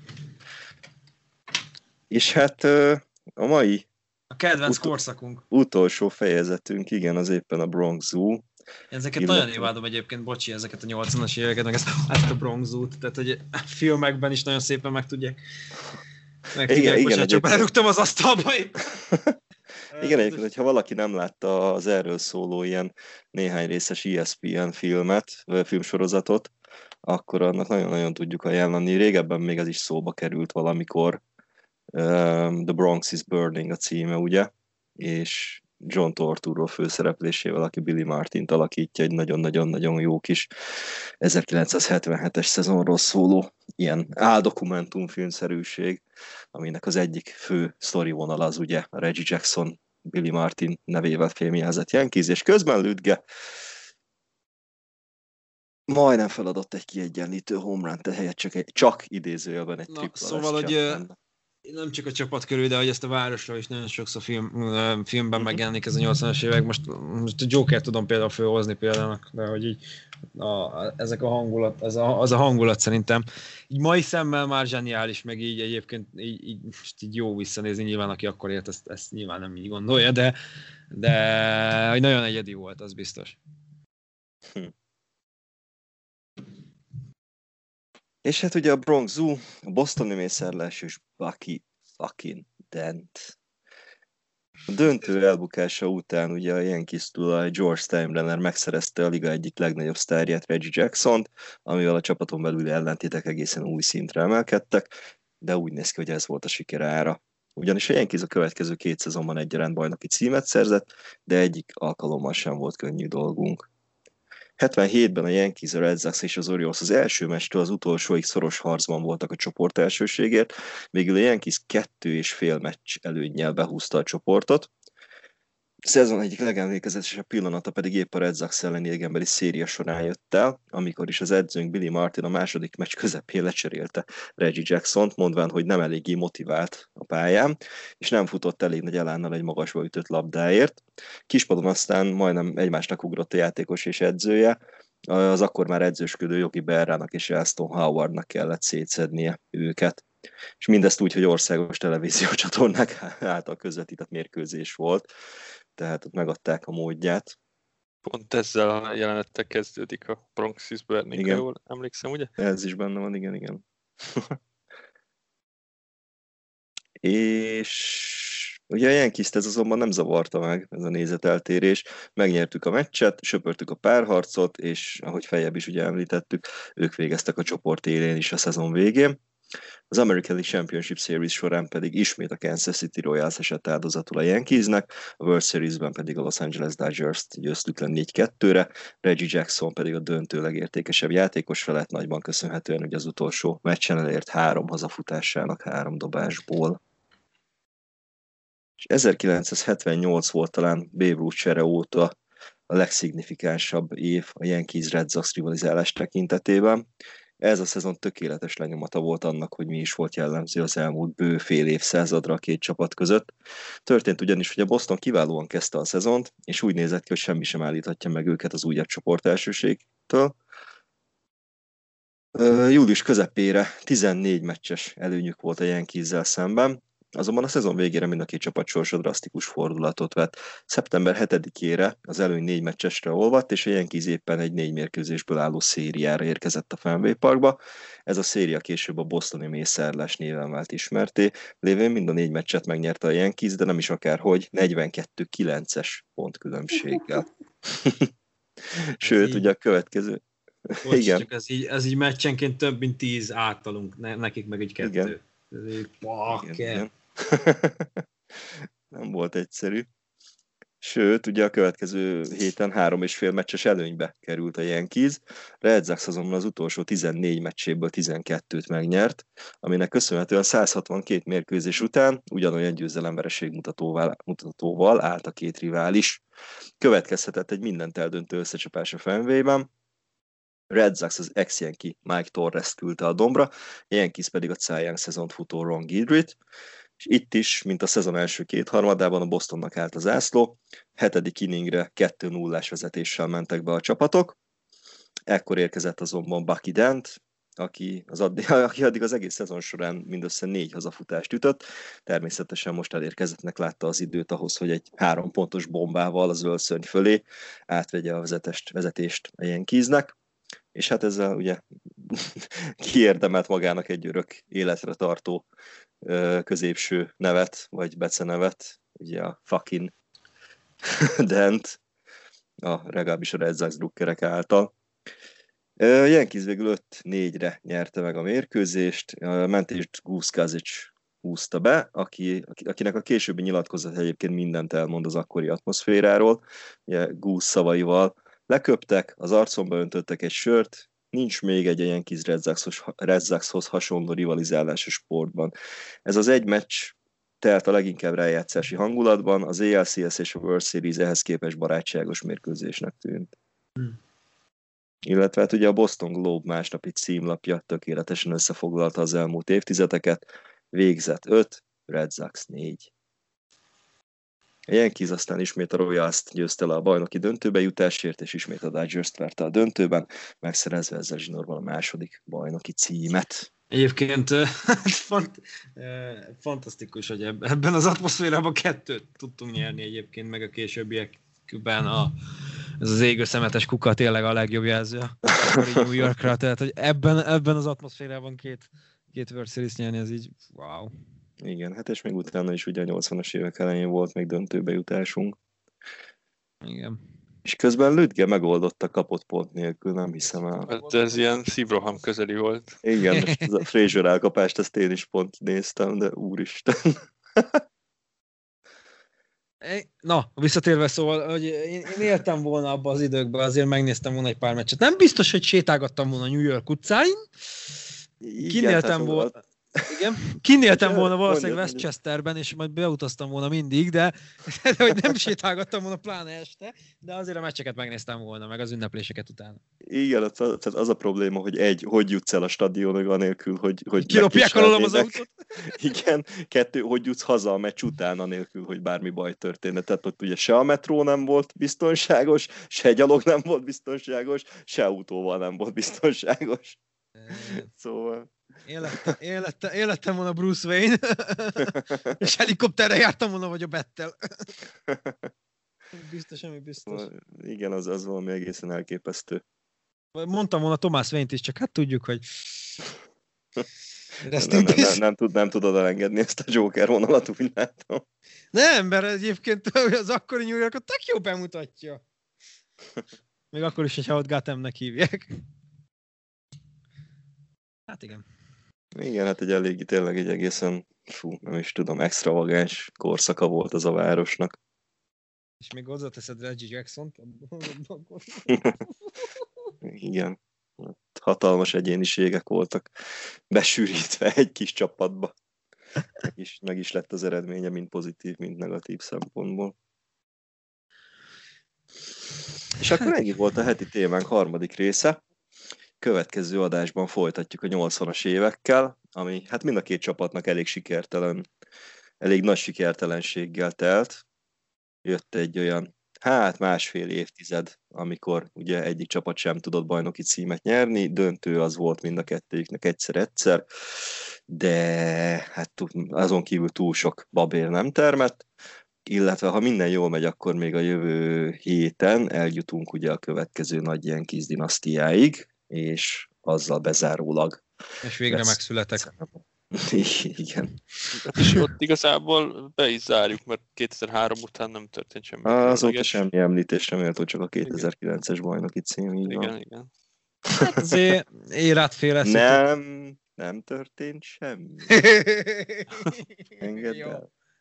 Speaker 6: És hát a mai
Speaker 7: A kedvenc
Speaker 6: ut-
Speaker 7: korszakunk.
Speaker 6: utolsó fejezetünk, igen, az éppen a Bronx Zoo.
Speaker 7: Ezeket
Speaker 6: illetve...
Speaker 7: nagyon imádom egyébként, bocsi, ezeket a nyolcvanas éveket, meg ezt, ezt a Bronx Zoo-t, tehát hogy a filmekben is nagyon szépen meg tudják. Meg
Speaker 6: igen,
Speaker 7: tudják,
Speaker 6: igen,
Speaker 7: bocsánat, csak belerúgtam az asztalba itt.
Speaker 6: Igen, egyébként, hogyha valaki nem látta az erről szóló ilyen néhány részes E S P N filmet, vagy filmsorozatot, akkor annak nagyon-nagyon tudjuk ajánlani. Régebben még ez is szóba került valamikor. Um, The Bronx is Burning a címe, ugye? És John Turturro főszereplésével, aki Billy Martint alakítja, egy nagyon-nagyon-nagyon jó kis ezerkilencszázhetvenhetes szezonról szóló ilyen áldokumentumfilmszerűség, aminek az egyik fő sztori vonal az ugye a Reggie Jackson Billy Martin nevével fémjelzett Yankees, és közben Lütge majdnem feladott egy kiegyenlítő home run, helyett csak, egy, csak idézőjelben egy tripla.
Speaker 7: Szóval, hogy nem csak a csapat körül, de hogy ezt a városra is nagyon sokszor film, filmben megjelenik ez a nyolcvanas évek. Most, most a Joker tudom például fölhozni példának, de hogy így a, ezek a hangulat, ez a, az a hangulat szerintem így mai szemmel már zseniális, meg így egyébként így, így, most így jó visszanézni, nyilván aki akkor élt, ezt, ezt nyilván nem így gondolja, de, de hogy nagyon egyedi volt, az biztos.
Speaker 6: Hm. És hát ugye a Bronx Zoo, a bostoni mészárlás és Bucky fucking Dent. A döntő elbukása után ugye a Yankees tulaj George Steinbrenner megszerezte a liga egyik legnagyobb sztárját, Reggie Jacksont, amivel a csapaton belüli ellentétek egészen új szintre emelkedtek, de úgy néz ki, hogy ez volt a siker ára. Ugyanis a Yankees a következő két szezonban egyaránt bajnoki címet szerzett, de egyik alkalommal sem volt könnyű dolgunk. hetvenhétben a Yankees, a Red Sox és az Orioles az első meccstől az utolsóig szoros harcban voltak a csoport elsőségért, végül a Yankees kettő és fél meccs előnnyel behúzta a csoportot. A szezon egyik legemlékezetesebb pillanata pedig épp a Red Sox elleni idegenbeli széria során jött el, amikor is az edzőnk Billy Martin a második meccs közepén lecserélte Reggie Jacksont, mondván, hogy nem eléggé motivált a pályán, és nem futott elég nagy elánnal egy magasba ütött labdáért. Kispadon aztán majdnem egymásnak ugrott a játékos és edzője, az akkor már edzősködő Yogi Berrának és Elston Howardnak kellett szétszednie őket. És mindezt úgy, hogy országos televíziócsatornák által közvetített mérkőzés volt, tehát ott megadták a módját.
Speaker 8: Pont ezzel a jelenettel kezdődik a Bronx is Burning, ha jól emlékszem, ugye?
Speaker 6: Ez is benne van, igen, igen. És ugye a Yankees-t ez azonban nem zavarta meg, ez a nézeteltérés. Megnyertük a meccset, söpörtük a párharcot, és ahogy feljebb is ugye említettük, ők végeztek a csoport élén is a szezon végén. Az American League Championship Series során pedig ismét a Kansas City Royals esett áldozatul a Yankeesnek, a World Seriesben pedig a Los Angeles Dodgers-t győztük le négy kettőre, Reggie Jackson pedig a döntő legértékesebb játékos felett nagyban köszönhetően, hogy az utolsó meccsen elért három hazafutásának három dobásból. És ezerkilencszázhetvennyolc volt talán Babe Ruth csere óta a legszignifikánsabb év a Yankees-Red Sox rivalizálás tekintetében. Ez a szezon tökéletes lenyomata volt annak, hogy mi is volt jellemző az elmúlt bő fél évszázadra a két csapat között. Történt ugyanis, hogy a Boston kiválóan kezdte a szezont, és úgy nézett ki, hogy semmi sem állíthatja meg őket az újabb csoport elsőségtől. Július közepére tizennégy meccses előnyük volt a Yankees-zel szemben, azonban a szezon végére mind a két csapat sorsa drasztikus fordulatot vett. Szeptember hetedikére az előny négy meccsesre olvadt, és a Yankees éppen egy négy mérkőzésből álló szériára érkezett a Fenway Parkba. Ez a széria később a bostoni mészárlás néven vált ismerté, lévén mind a négy meccset megnyerte a Yankees, de nem is akárhogy, negyvenkettő kilences pontkülönbséggel. Sőt, ugye a következő...
Speaker 7: Bocs, igen. Csak ez így, ez így meccsenként több mint tíz általunk, ne, nekik meg egy kettő.
Speaker 6: Igen.
Speaker 7: Ez így, igen, igen.
Speaker 6: Nem volt egyszerű. Sőt, ugye a következő héten három és fél meccses előnybe került a Yankees. Red Sox azonban az utolsó tizennégy meccséből tizenkettőt megnyert, aminek köszönhetően száz hatvankét mérkőzés után ugyanolyan győzelemvereség mutatóval, mutatóval állt a két rivális. Következhetett egy mindent eldöntő összecsapás a Fenwayben. Red Sox az ex-Yankee Mike Torres küldte a dombra, a Yankees pedig a Cy Young szezont futó Ron Guidry-t, és itt is, mint a szezon első két harmadában a Bostonnak állt az zászló, hetedik inningre kettő nullás vezetéssel mentek be a csapatok. Ekkor érkezett azonban Bucky Dent, aki, az addig, aki addig az egész szezon során mindössze négy hazafutást ütött. Természetesen most elérkezettnek látta az időt ahhoz, hogy egy három pontos bombával a zöld szörny fölé átvegye a vezetést, vezetést a Yankeesnek. És hát ezzel ugye kiérdemelt magának egy örök életre tartó középső nevet, vagy becenevet, ugye a fucking Dent, a, legalábbis a Red Sox drukkerek által. A Yankees végül öt négyre nyerte meg a mérkőzést, a mentést Goose Kazic húzta be, aki, akinek a későbbi nyilatkozat egyébként mindent elmond az akkori atmoszféráról. Ugye Goose szavaival: leköptek, az arcomba öntöttek egy sört, nincs még egy a Yankees Red Soxhoz hasonló rivalizálás a sportban. Ez az egy meccs telt a leginkább rájátszási hangulatban, az á el cé es és a World Series ehhez képest barátságos mérkőzésnek tűnt. Hmm. Illetve hát ugye a Boston Globe másnapi címlapja tökéletesen összefoglalta az elmúlt évtizedeket, végzett öt, Red Sox négy. A Yankees aztán ismét a Royals-t győzte le a bajnoki döntőbe jutásért, és ismét a Dodgers-t verte a döntőben, megszerezve ezzel zsinórban a második bajnoki címet.
Speaker 7: Egyébként fant, fantasztikus, hogy ebben az atmoszférában kettőt tudtunk nyerni egyébként, meg a későbbiekben a, ez az égő szemetes kuka tényleg a legjobb jelző a New Yorkra, tehát hogy ebben, ebben az atmoszférában két, két World Series nyerni, ez így wow.
Speaker 6: Igen, hát és még utána is ugye a nyolcvanas évek elején volt még döntőbe jutásunk.
Speaker 7: Igen.
Speaker 6: És közben Lütge megoldotta kapott pont nélkül, nem hiszem el.
Speaker 8: Hát ez ilyen szívroham közeli volt.
Speaker 6: Igen, most ez a Frazier elkapást, ezt én is pont néztem, de úristen.
Speaker 7: Na, visszatérve szóval, hogy én, én éltem volna abban az időkben, azért megnéztem volna egy pár meccset. Nem biztos, hogy sétálgattam volna New York utcáin. Kinéltem volna... Igen. Kinéltem volna valószínűleg Westchesterben, és majd beutaztam volna mindig, de, de hogy nem sétálgattam volna pláne este, de azért a meccseket megnéztem volna, meg az ünnepléseket utána.
Speaker 6: Igen, az, az a probléma, hogy egy, hogy jutsz el a stadionig anélkül, hogy... hogy
Speaker 7: kilopják alól az autót.
Speaker 6: Igen, kettő, hogy jutsz haza a meccs után anélkül, hogy bármi baj történne. Tehát ott ugye se a metró nem volt biztonságos, se gyalog nem volt biztonságos, se autóval nem volt biztonságos. Szóval...
Speaker 7: Én lettem, én, lettem, én lettem volna Bruce Wayne, és helikopterre jártam volna, vagy a Bettel. Biztos, ami biztos.
Speaker 6: Igen, az, az valami egészen elképesztő.
Speaker 7: Mondtam volna Thomas Wayne-t is, csak hát tudjuk, hogy...
Speaker 6: nem, nem, nem, nem, tud, nem tudod elengedni ezt a Joker vonalat, úgy látom.
Speaker 7: Nem, mert egyébként az akkori New Yorkot tök jó bemutatja. Még akkor is, hogyha ott Gothamnek hívják. Hát igen.
Speaker 6: Igen, hát egy elég, tényleg egy egészen, fú, nem is tudom, extravagáns korszaka volt az a városnak.
Speaker 7: És még hozzáteszed Reggie Jackson-t?
Speaker 6: Igen. Hatalmas egyéniségek voltak besűrítve egy kis csapatba. Meg is, meg is lett az eredménye, mind pozitív, mind negatív szempontból. És akkor ennyi volt a heti témánk harmadik része. Következő adásban folytatjuk a nyolcvanas évekkel, ami hát mind a két csapatnak elég sikertelen, elég nagy sikertelenséggel telt. Jött egy olyan, hát másfél évtized, amikor ugye egyik csapat sem tudott bajnoki címet nyerni, döntő az volt mind a kettőjüknek egyszer-egyszer, de hát azon kívül túl sok babér nem termett, illetve ha minden jól megy, akkor még a jövő héten eljutunk ugye a következő nagy Yankees dinasztiáig, és azzal bezárólag.
Speaker 7: És végre lesz... megszületek.
Speaker 6: Igen.
Speaker 8: És ott igazából be is zárjuk, mert kétezer-három után nem történt semmi.
Speaker 6: Azóta semmi említésre méltó, csak a kétezer-kilences bajnoki cím.
Speaker 8: Igen, van. Igen.
Speaker 7: Hát azért érát félesztő.
Speaker 6: Nem, nem történt semmi. Engedd el.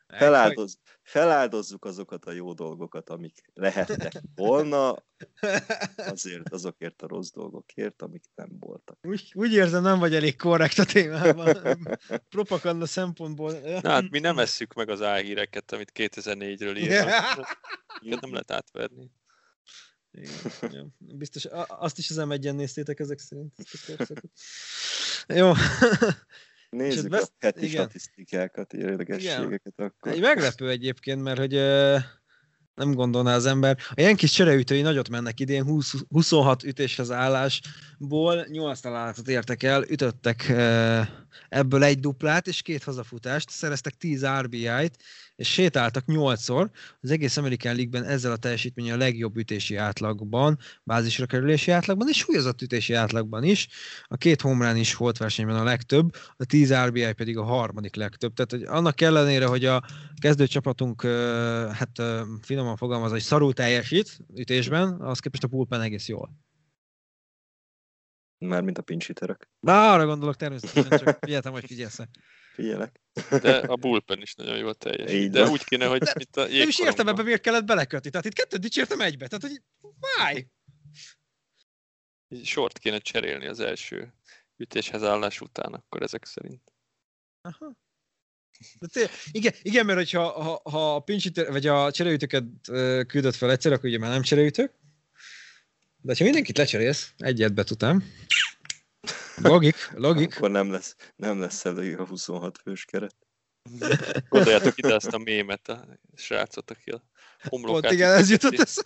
Speaker 6: Feláldoz, feláldozzuk azokat a jó dolgokat, amik lehettek volna, azért azokért a rossz dolgokért, amik nem voltak.
Speaker 7: Úgy, úgy érzem, nem vagy elég korrekt a témában. Propaganda szempontból.
Speaker 8: Na hát mi nem esszük meg az álhíreket, amit kétezer-négyről írnak. Ilyet nem lehet átverni.
Speaker 7: Igen, ja. Biztos, azt is az em egyen néztétek ezek szerint. Jó.
Speaker 6: Nézzük a heti igen. statisztikákat, érdekességeket akkor.
Speaker 7: Egy meglepő egyébként, mert hogy uh, nem gondolná az ember. A Yankees csereütői nagyot mennek idén, húsz, huszonhat ütéshez állásból, nyolc találatot értek el, ütöttek uh, ebből egy duplát és két hazafutást, szereztek tíz er bé í-t, és sétáltak nyolcszor. Az egész American League-ben ezzel a teljesítmény a legjobb ütési átlagban, bázisra kerülési átlagban, és súlyozott ütési átlagban is. A két home run is volt versenyben a legtöbb, a tíz er bé í pedig a harmadik legtöbb. Tehát hogy annak ellenére, hogy a kezdőcsapatunk, hát finoman fogalmaz, hogy szarul teljesít ütésben, az képest a bullpen egész jól.
Speaker 6: Mármint a pinch-hitterek.
Speaker 7: Na, arra gondolok természetesen, csak figyeltem, hogy figyelsz-e.
Speaker 6: Figyelek.
Speaker 8: De a bullpen is nagyon jól teljesít. De úgy kéne, hogy itt a
Speaker 7: jégkorongban. Nem is értem, ebbe miért kellett belekötni. Tehát itt kettőt dicsértem egybe. Tehát, hogy why?
Speaker 8: Sort kéne cserélni az első ütéshez állás után, akkor ezek szerint.
Speaker 7: Aha. De té- igen, igen, mert hogyha ha, ha a pinch vagy a csereütőket küldött fel egyszer, akkor ugye már nem csereütők. De ha mindenkit lecserélsz, egyet betudám. Logik, logik.
Speaker 6: Akkor nem lesz, nem lesz elég a huszonhat fős keret.
Speaker 8: Gondoljátok ide azt a mémet, a srácot, aki a homlokát...
Speaker 7: Pont igen, ez jutott ez.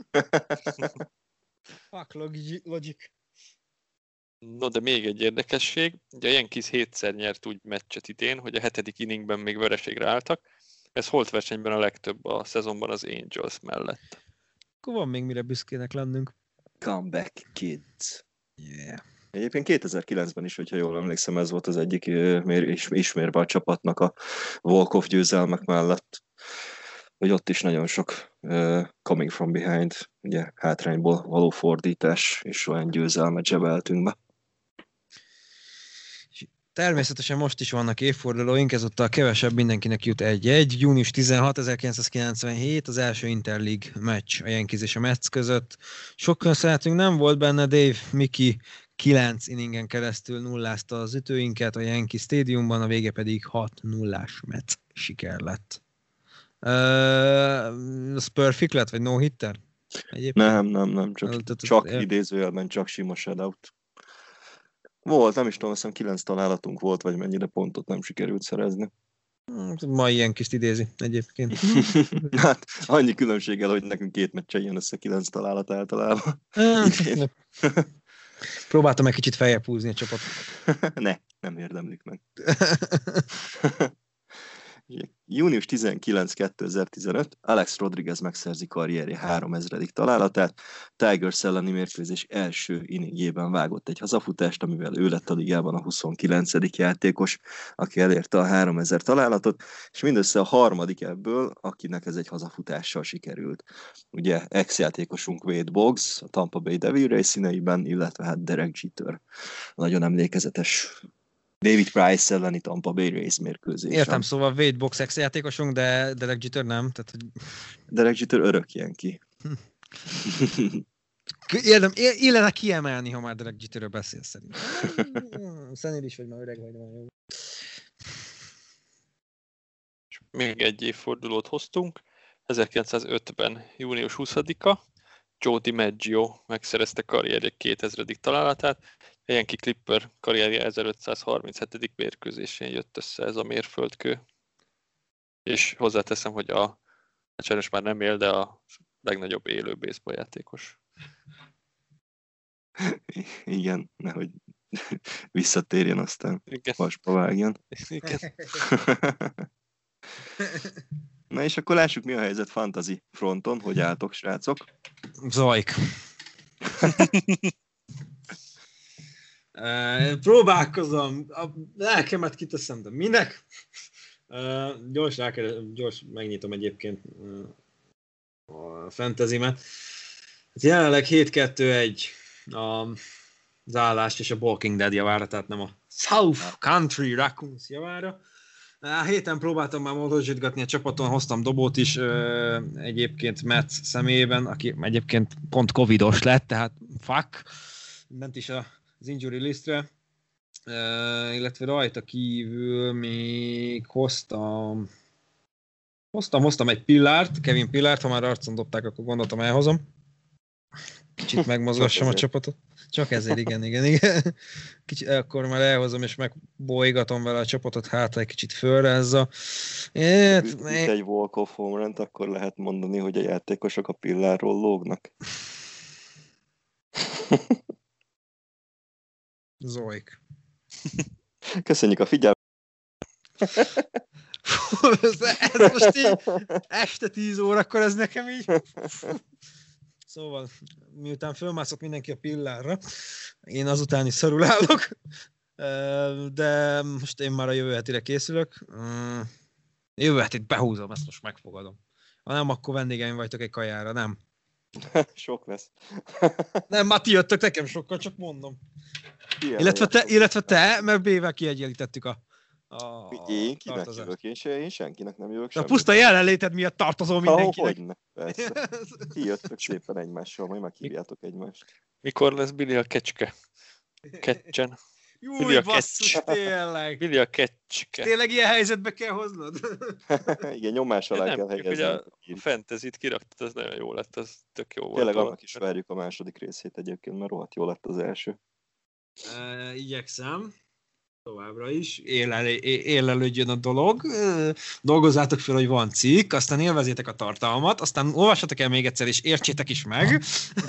Speaker 7: Fuck logic.
Speaker 8: No, de még egy érdekesség. Ugye a Yankees hétszer nyert úgy meccset idén, hogy a hetedik inningben még vereségre álltak. Ez holt versenyben a legtöbb a szezonban az Angels mellett.
Speaker 7: Akkor van még mire büszkének lennünk.
Speaker 6: Comeback kids.
Speaker 7: Yeah.
Speaker 6: Egyébként kétezer-kilencben is, hogyha jól emlékszem, ez volt az egyik ismérve a csapatnak a walk-off győzelmek mellett, hogy ott is nagyon sok uh, coming from behind, ugye hátrányból való fordítás, és olyan győzelmet zsebeltünk be.
Speaker 7: Természetesen most is vannak évfordulóink, ezúttal kevesebb, mindenkinek jut egy-egy. június tizenhat ezerkilencszázkilencvenhét az első Interleague meccs a Yankees és a Mets között. Sok szeretünk nem volt benne, Dave Mickey kilenc inningen keresztül nullázta az ütőinket a Yankee Stadiumban, a vége pedig hat nullás Mets siker lett. Uh, az perfect lett, vagy no-hitter?
Speaker 6: Nem, nem, nem, csak, csak idézőjelben csak sima shutout. Volt, nem is tudom, azt hiszem kilenc találatunk volt, vagy mennyire pontot nem sikerült szerezni.
Speaker 7: Ma ilyen kis idézi egyébként.
Speaker 6: Hát annyi különbséggel, hogy nekünk két meccse jön össze kilenc találat általában.
Speaker 7: Próbáltam egy kicsit feljebb húzni a csapatot.
Speaker 6: Ne, nem érdemlik meg. június tizenkilencedike kétezer-tizenöt Alex Rodriguez megszerzi karrierje háromezredik találatát. Tigers elleni mérkőzés első inningjében vágott egy hazafutást, amivel ő lett a ligában a huszonkilencedik játékos, aki elérte a háromezer találatot, és mindössze a harmadik ebből, akinek ez egy hazafutással sikerült. Ugye ex-játékosunk Wade Boggs, a Tampa Bay Devil Rays színeiben, illetve hát Derek Jeter. Nagyon emlékezetes David Price elleni Tampa Bay Rays mérkőzésen.
Speaker 7: Értem, szóval Wade Boggs ex-játékosunk, de Derek Jeter nem. Tehát, hogy...
Speaker 6: Derek Jeter örök Yankee.
Speaker 7: Érdem, illene kiemelni, ha már Derek Jeterről beszél szerintem. Szenél is vagy, már öreg vagy. Már jó.
Speaker 8: Még egy évfordulót hoztunk. ezerkilencszázötven. június huszadika. Joe DiMaggio megszerezte karrierje kétezredik találatát. A Yankee Clipper karrierje ezerötszázharminchetedik mérkőzésén jött össze ez a mérföldkő. És hozzáteszem, hogy a sajnos már nem él, de a legnagyobb élő baseball játékos.
Speaker 6: Igen, nehogy visszatérjen, aztán vasba vágjon.
Speaker 8: Igen.
Speaker 6: Na és akkor lássuk, mi a helyzet fantasy fronton, hogy álltok, srácok.
Speaker 7: Zajk. uh, próbálkozom, a lelkemet kiteszem, de minek? Uh, gyors, rákeres, gyors megnyitom egyébként uh, a fantasy-met. Jelenleg hét kettő egy az állást és a Walking Dead javára, tehát nem a South Country Raccoons javára. A héten próbáltam már módosítgatni a csapaton, hoztam Dobót is egyébként Metsz személyében, aki egyébként pont covidos lett, tehát fuck, ment is az injury listre, illetve rajta kívül még hoztam hoztam, hoztam egy Pillárt, Kevin Pillárt, ha már arcon dobták, akkor gondoltam elhozom. Kicsit megmozgassam a csapatot. Csak ezért, igen, igen, igen. Kicsit, akkor már elhozom, és megbolygatom vele a csapatot, hát egy kicsit fölrázza.
Speaker 6: Itt egy walk-off home run-t, akkor lehet mondani, hogy a játékosok a Pillárról lógnak.
Speaker 7: Zoik.
Speaker 6: Köszönjük a figyelmet!
Speaker 7: ez, ez most így este tíz órakor ez nekem így... Szóval, miután fölmászott mindenki a Pillárra, én azután is szarul állok, de most én már a jövő hetire készülök. Jövő hetit behúzom, ezt most megfogadom. Ha nem, akkor vendégeim vagytok egy kajára, nem?
Speaker 6: Sok lesz.
Speaker 7: Nem, már ti jöttök, nekem sokkal, csak mondom. Illetve te, illetve te, mert B-vel kiegyenlítettük a A,
Speaker 6: én kinek jövök? Én, se, én senkinek nem jövök
Speaker 7: semmit. A puszta jelenléted miatt tartozol mindenkinek.
Speaker 6: Hogyne, persze. Ti jöttök szépen egymással, majd meghívjátok egymást.
Speaker 8: Mikor lesz Billy a kecske? Kecsen.
Speaker 7: Júj, basszus, tényleg.
Speaker 8: Billy a kecske.
Speaker 7: Tényleg ilyen helyzetbe kell hoznod?
Speaker 6: Igen, nyomás alá kell helyezni.
Speaker 8: A fantasy-t kiraktad, az nagyon jó lett, az tök jó volt.
Speaker 6: Tényleg annak is várjuk a második részét egyébként, mert rohadt jó lett az első.
Speaker 7: Uh, igyekszem. Továbbra is, élelődjön a dolog, dolgozzátok fel, hogy van cikk, aztán élvezétek a tartalmat, aztán olvassatok el még egyszer, és értsétek is meg.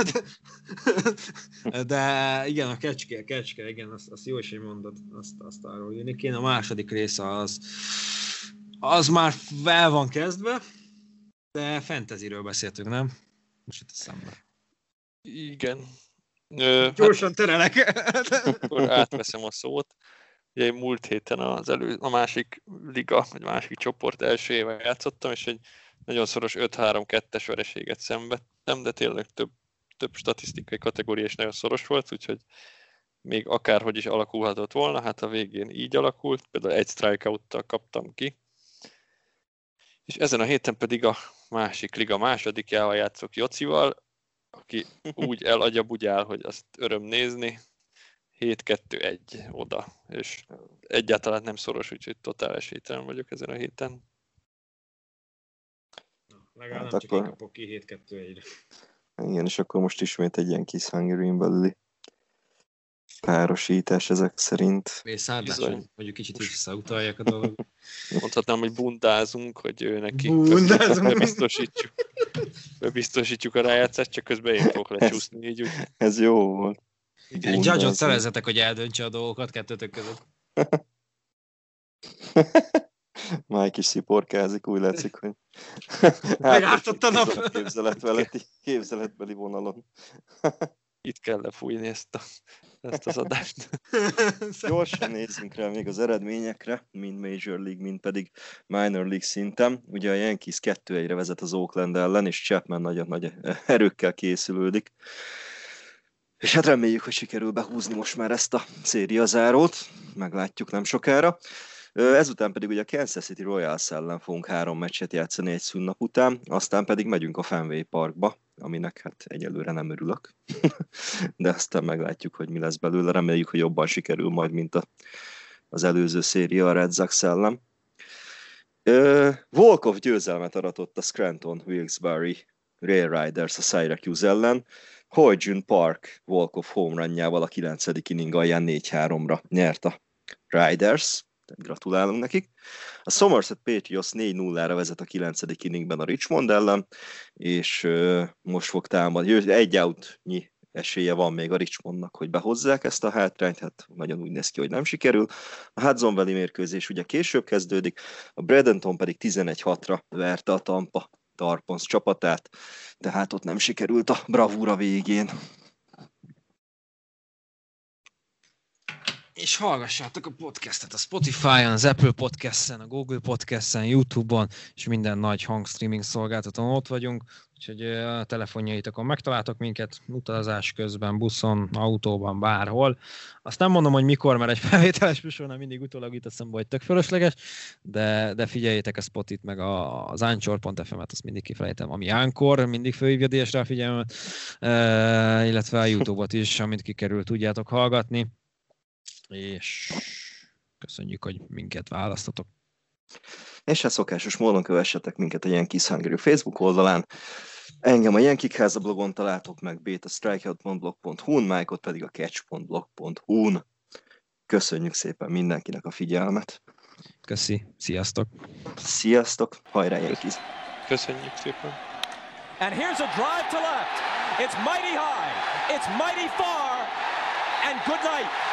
Speaker 7: De igen, a kecske, a kecske, igen, azt, azt jó is, hogy mondod, azt, azt arról jönni kéne. A második része az, az már el van kezdve, de fantasyről beszéltünk, nem? Most itt eszembe.
Speaker 8: Igen.
Speaker 7: Ö, Gyorsan hát, terelek.
Speaker 8: Akkor átveszem a szót. Ugye én múlt héten az elő, a másik liga, vagy másik csoport első éve játszottam, és egy nagyon szoros öt három kettes vereséget szenvedtem, de tényleg több, több statisztikai kategória is nagyon szoros volt, úgyhogy még akárhogy is alakulhatott volna, hát a végén így alakult, például egy strikeouttal kaptam ki. És ezen a héten pedig a másik liga másodikjával játszok Jocival, aki úgy eladjabugyál, hogy azt öröm nézni, hét kettő egy oda, és egyáltalán nem szoros, úgyhogy totál esélytelen vagyok ezen a héten.
Speaker 7: Legalább hát nem csak akkor... én kapok ki hét kettő egyre.
Speaker 6: Igen, és akkor most ismét egy ilyen kis Hungary-n belüli párosítás ezek szerint.
Speaker 7: Vészárlás, hogy mondjuk kicsit visszautalják a dolog.
Speaker 8: Mondhatnám, hogy bundázunk, hogy ő neki
Speaker 7: bundázunk.
Speaker 8: Bebiztosítjuk. Bebiztosítjuk a rájátszást, csak közben én fogok lecsúszni így. Úgy.
Speaker 6: Ez jó volt.
Speaker 7: Egy judge-ot szerezzetek, hogy eldöntse a dolgokat kettőtök között.
Speaker 6: Mike is sziporkázik, úgy látszik, hogy
Speaker 7: megártott a nap.
Speaker 6: Képzeletbeli, képzeletbeli vonalon.
Speaker 8: Itt kell lefújni ezt, a, ezt az adást.
Speaker 6: Gyorsan nézzünk rá még az eredményekre, mind Major League, mind pedig Minor League szinten. Ugye a Yankees kettő egyre vezet az Oakland ellen, és Chapman nagyon nagy erőkkel készülődik. És hát reméljük, hogy sikerül behúzni most már ezt a szériazárót, meglátjuk nem sokára. Ezután pedig ugye a Kansas City Royals ellen fogunk három meccset játszani egy szünnap után, aztán pedig megyünk a Fenway Parkba, aminek hát egyelőre nem örülök, de aztán meglátjuk, hogy mi lesz belőle. Reméljük, hogy jobban sikerül majd, mint a, az előző széria a Red Sox ellen. Volkov győzelmet aratott a Scranton Wilkes-Barre Rail Riders a Syracuse ellen. Ho-Jun Park Volkov home runjával a kilencedik inning alján négy háromra nyert a Riders. Gratulálunk nekik. A Somerset Patriots négy nullára vezet a kilencedik inningben a Richmond ellen, és uh, most fog támadni. Egy outnyi esélye van még a Richmondnak, hogy behozzák ezt a hátrányt, hát nagyon úgy néz ki, hogy nem sikerül. A Hudson Valley mérkőzés ugye később kezdődik, a Bradenton pedig tizenegy hatra verte a Tampa Tarpons csapatát, de hát ott nem sikerült a bravúra végén.
Speaker 7: és hallgassátok a podcastet a Spotify-on, az Apple Podcast-en, a Google Podcast-en, YouTube-on, és minden nagy hangstreaming szolgáltatón ott vagyunk, úgyhogy a telefonjaitokon megtaláltok minket, utazás közben, buszon, autóban, bárhol. Azt nem mondom, hogy mikor, mert egy felvételes műsornál mindig utólag jut eszembe, hogy tök fölösleges, de, de figyeljétek a Spotit, meg a, az Anchor pont ef em-et, azt mindig kifejtem, ami Anchor, mindig fölhívja désre a figyelmet, e, illetve a YouTube-ot is, amit kikerül, tudjátok hallgatni. És köszönjük, hogy minket választotok.
Speaker 6: És hát szokásos módon kövessetek minket a Yankees Hungary Facebook oldalán. Engem a Yankee Háza blogon találtok meg, Bét a strikeout pont blog pont hu-n, Mike-ot pedig a catch pont blog pont hu-n. Köszönjük szépen mindenkinek a figyelmet.
Speaker 7: Köszi, sziasztok.
Speaker 6: Sziasztok, hajrá Yankees.
Speaker 8: Köszönjük szépen.
Speaker 9: And here's a drive to left. It's mighty high. It's mighty far. And good night.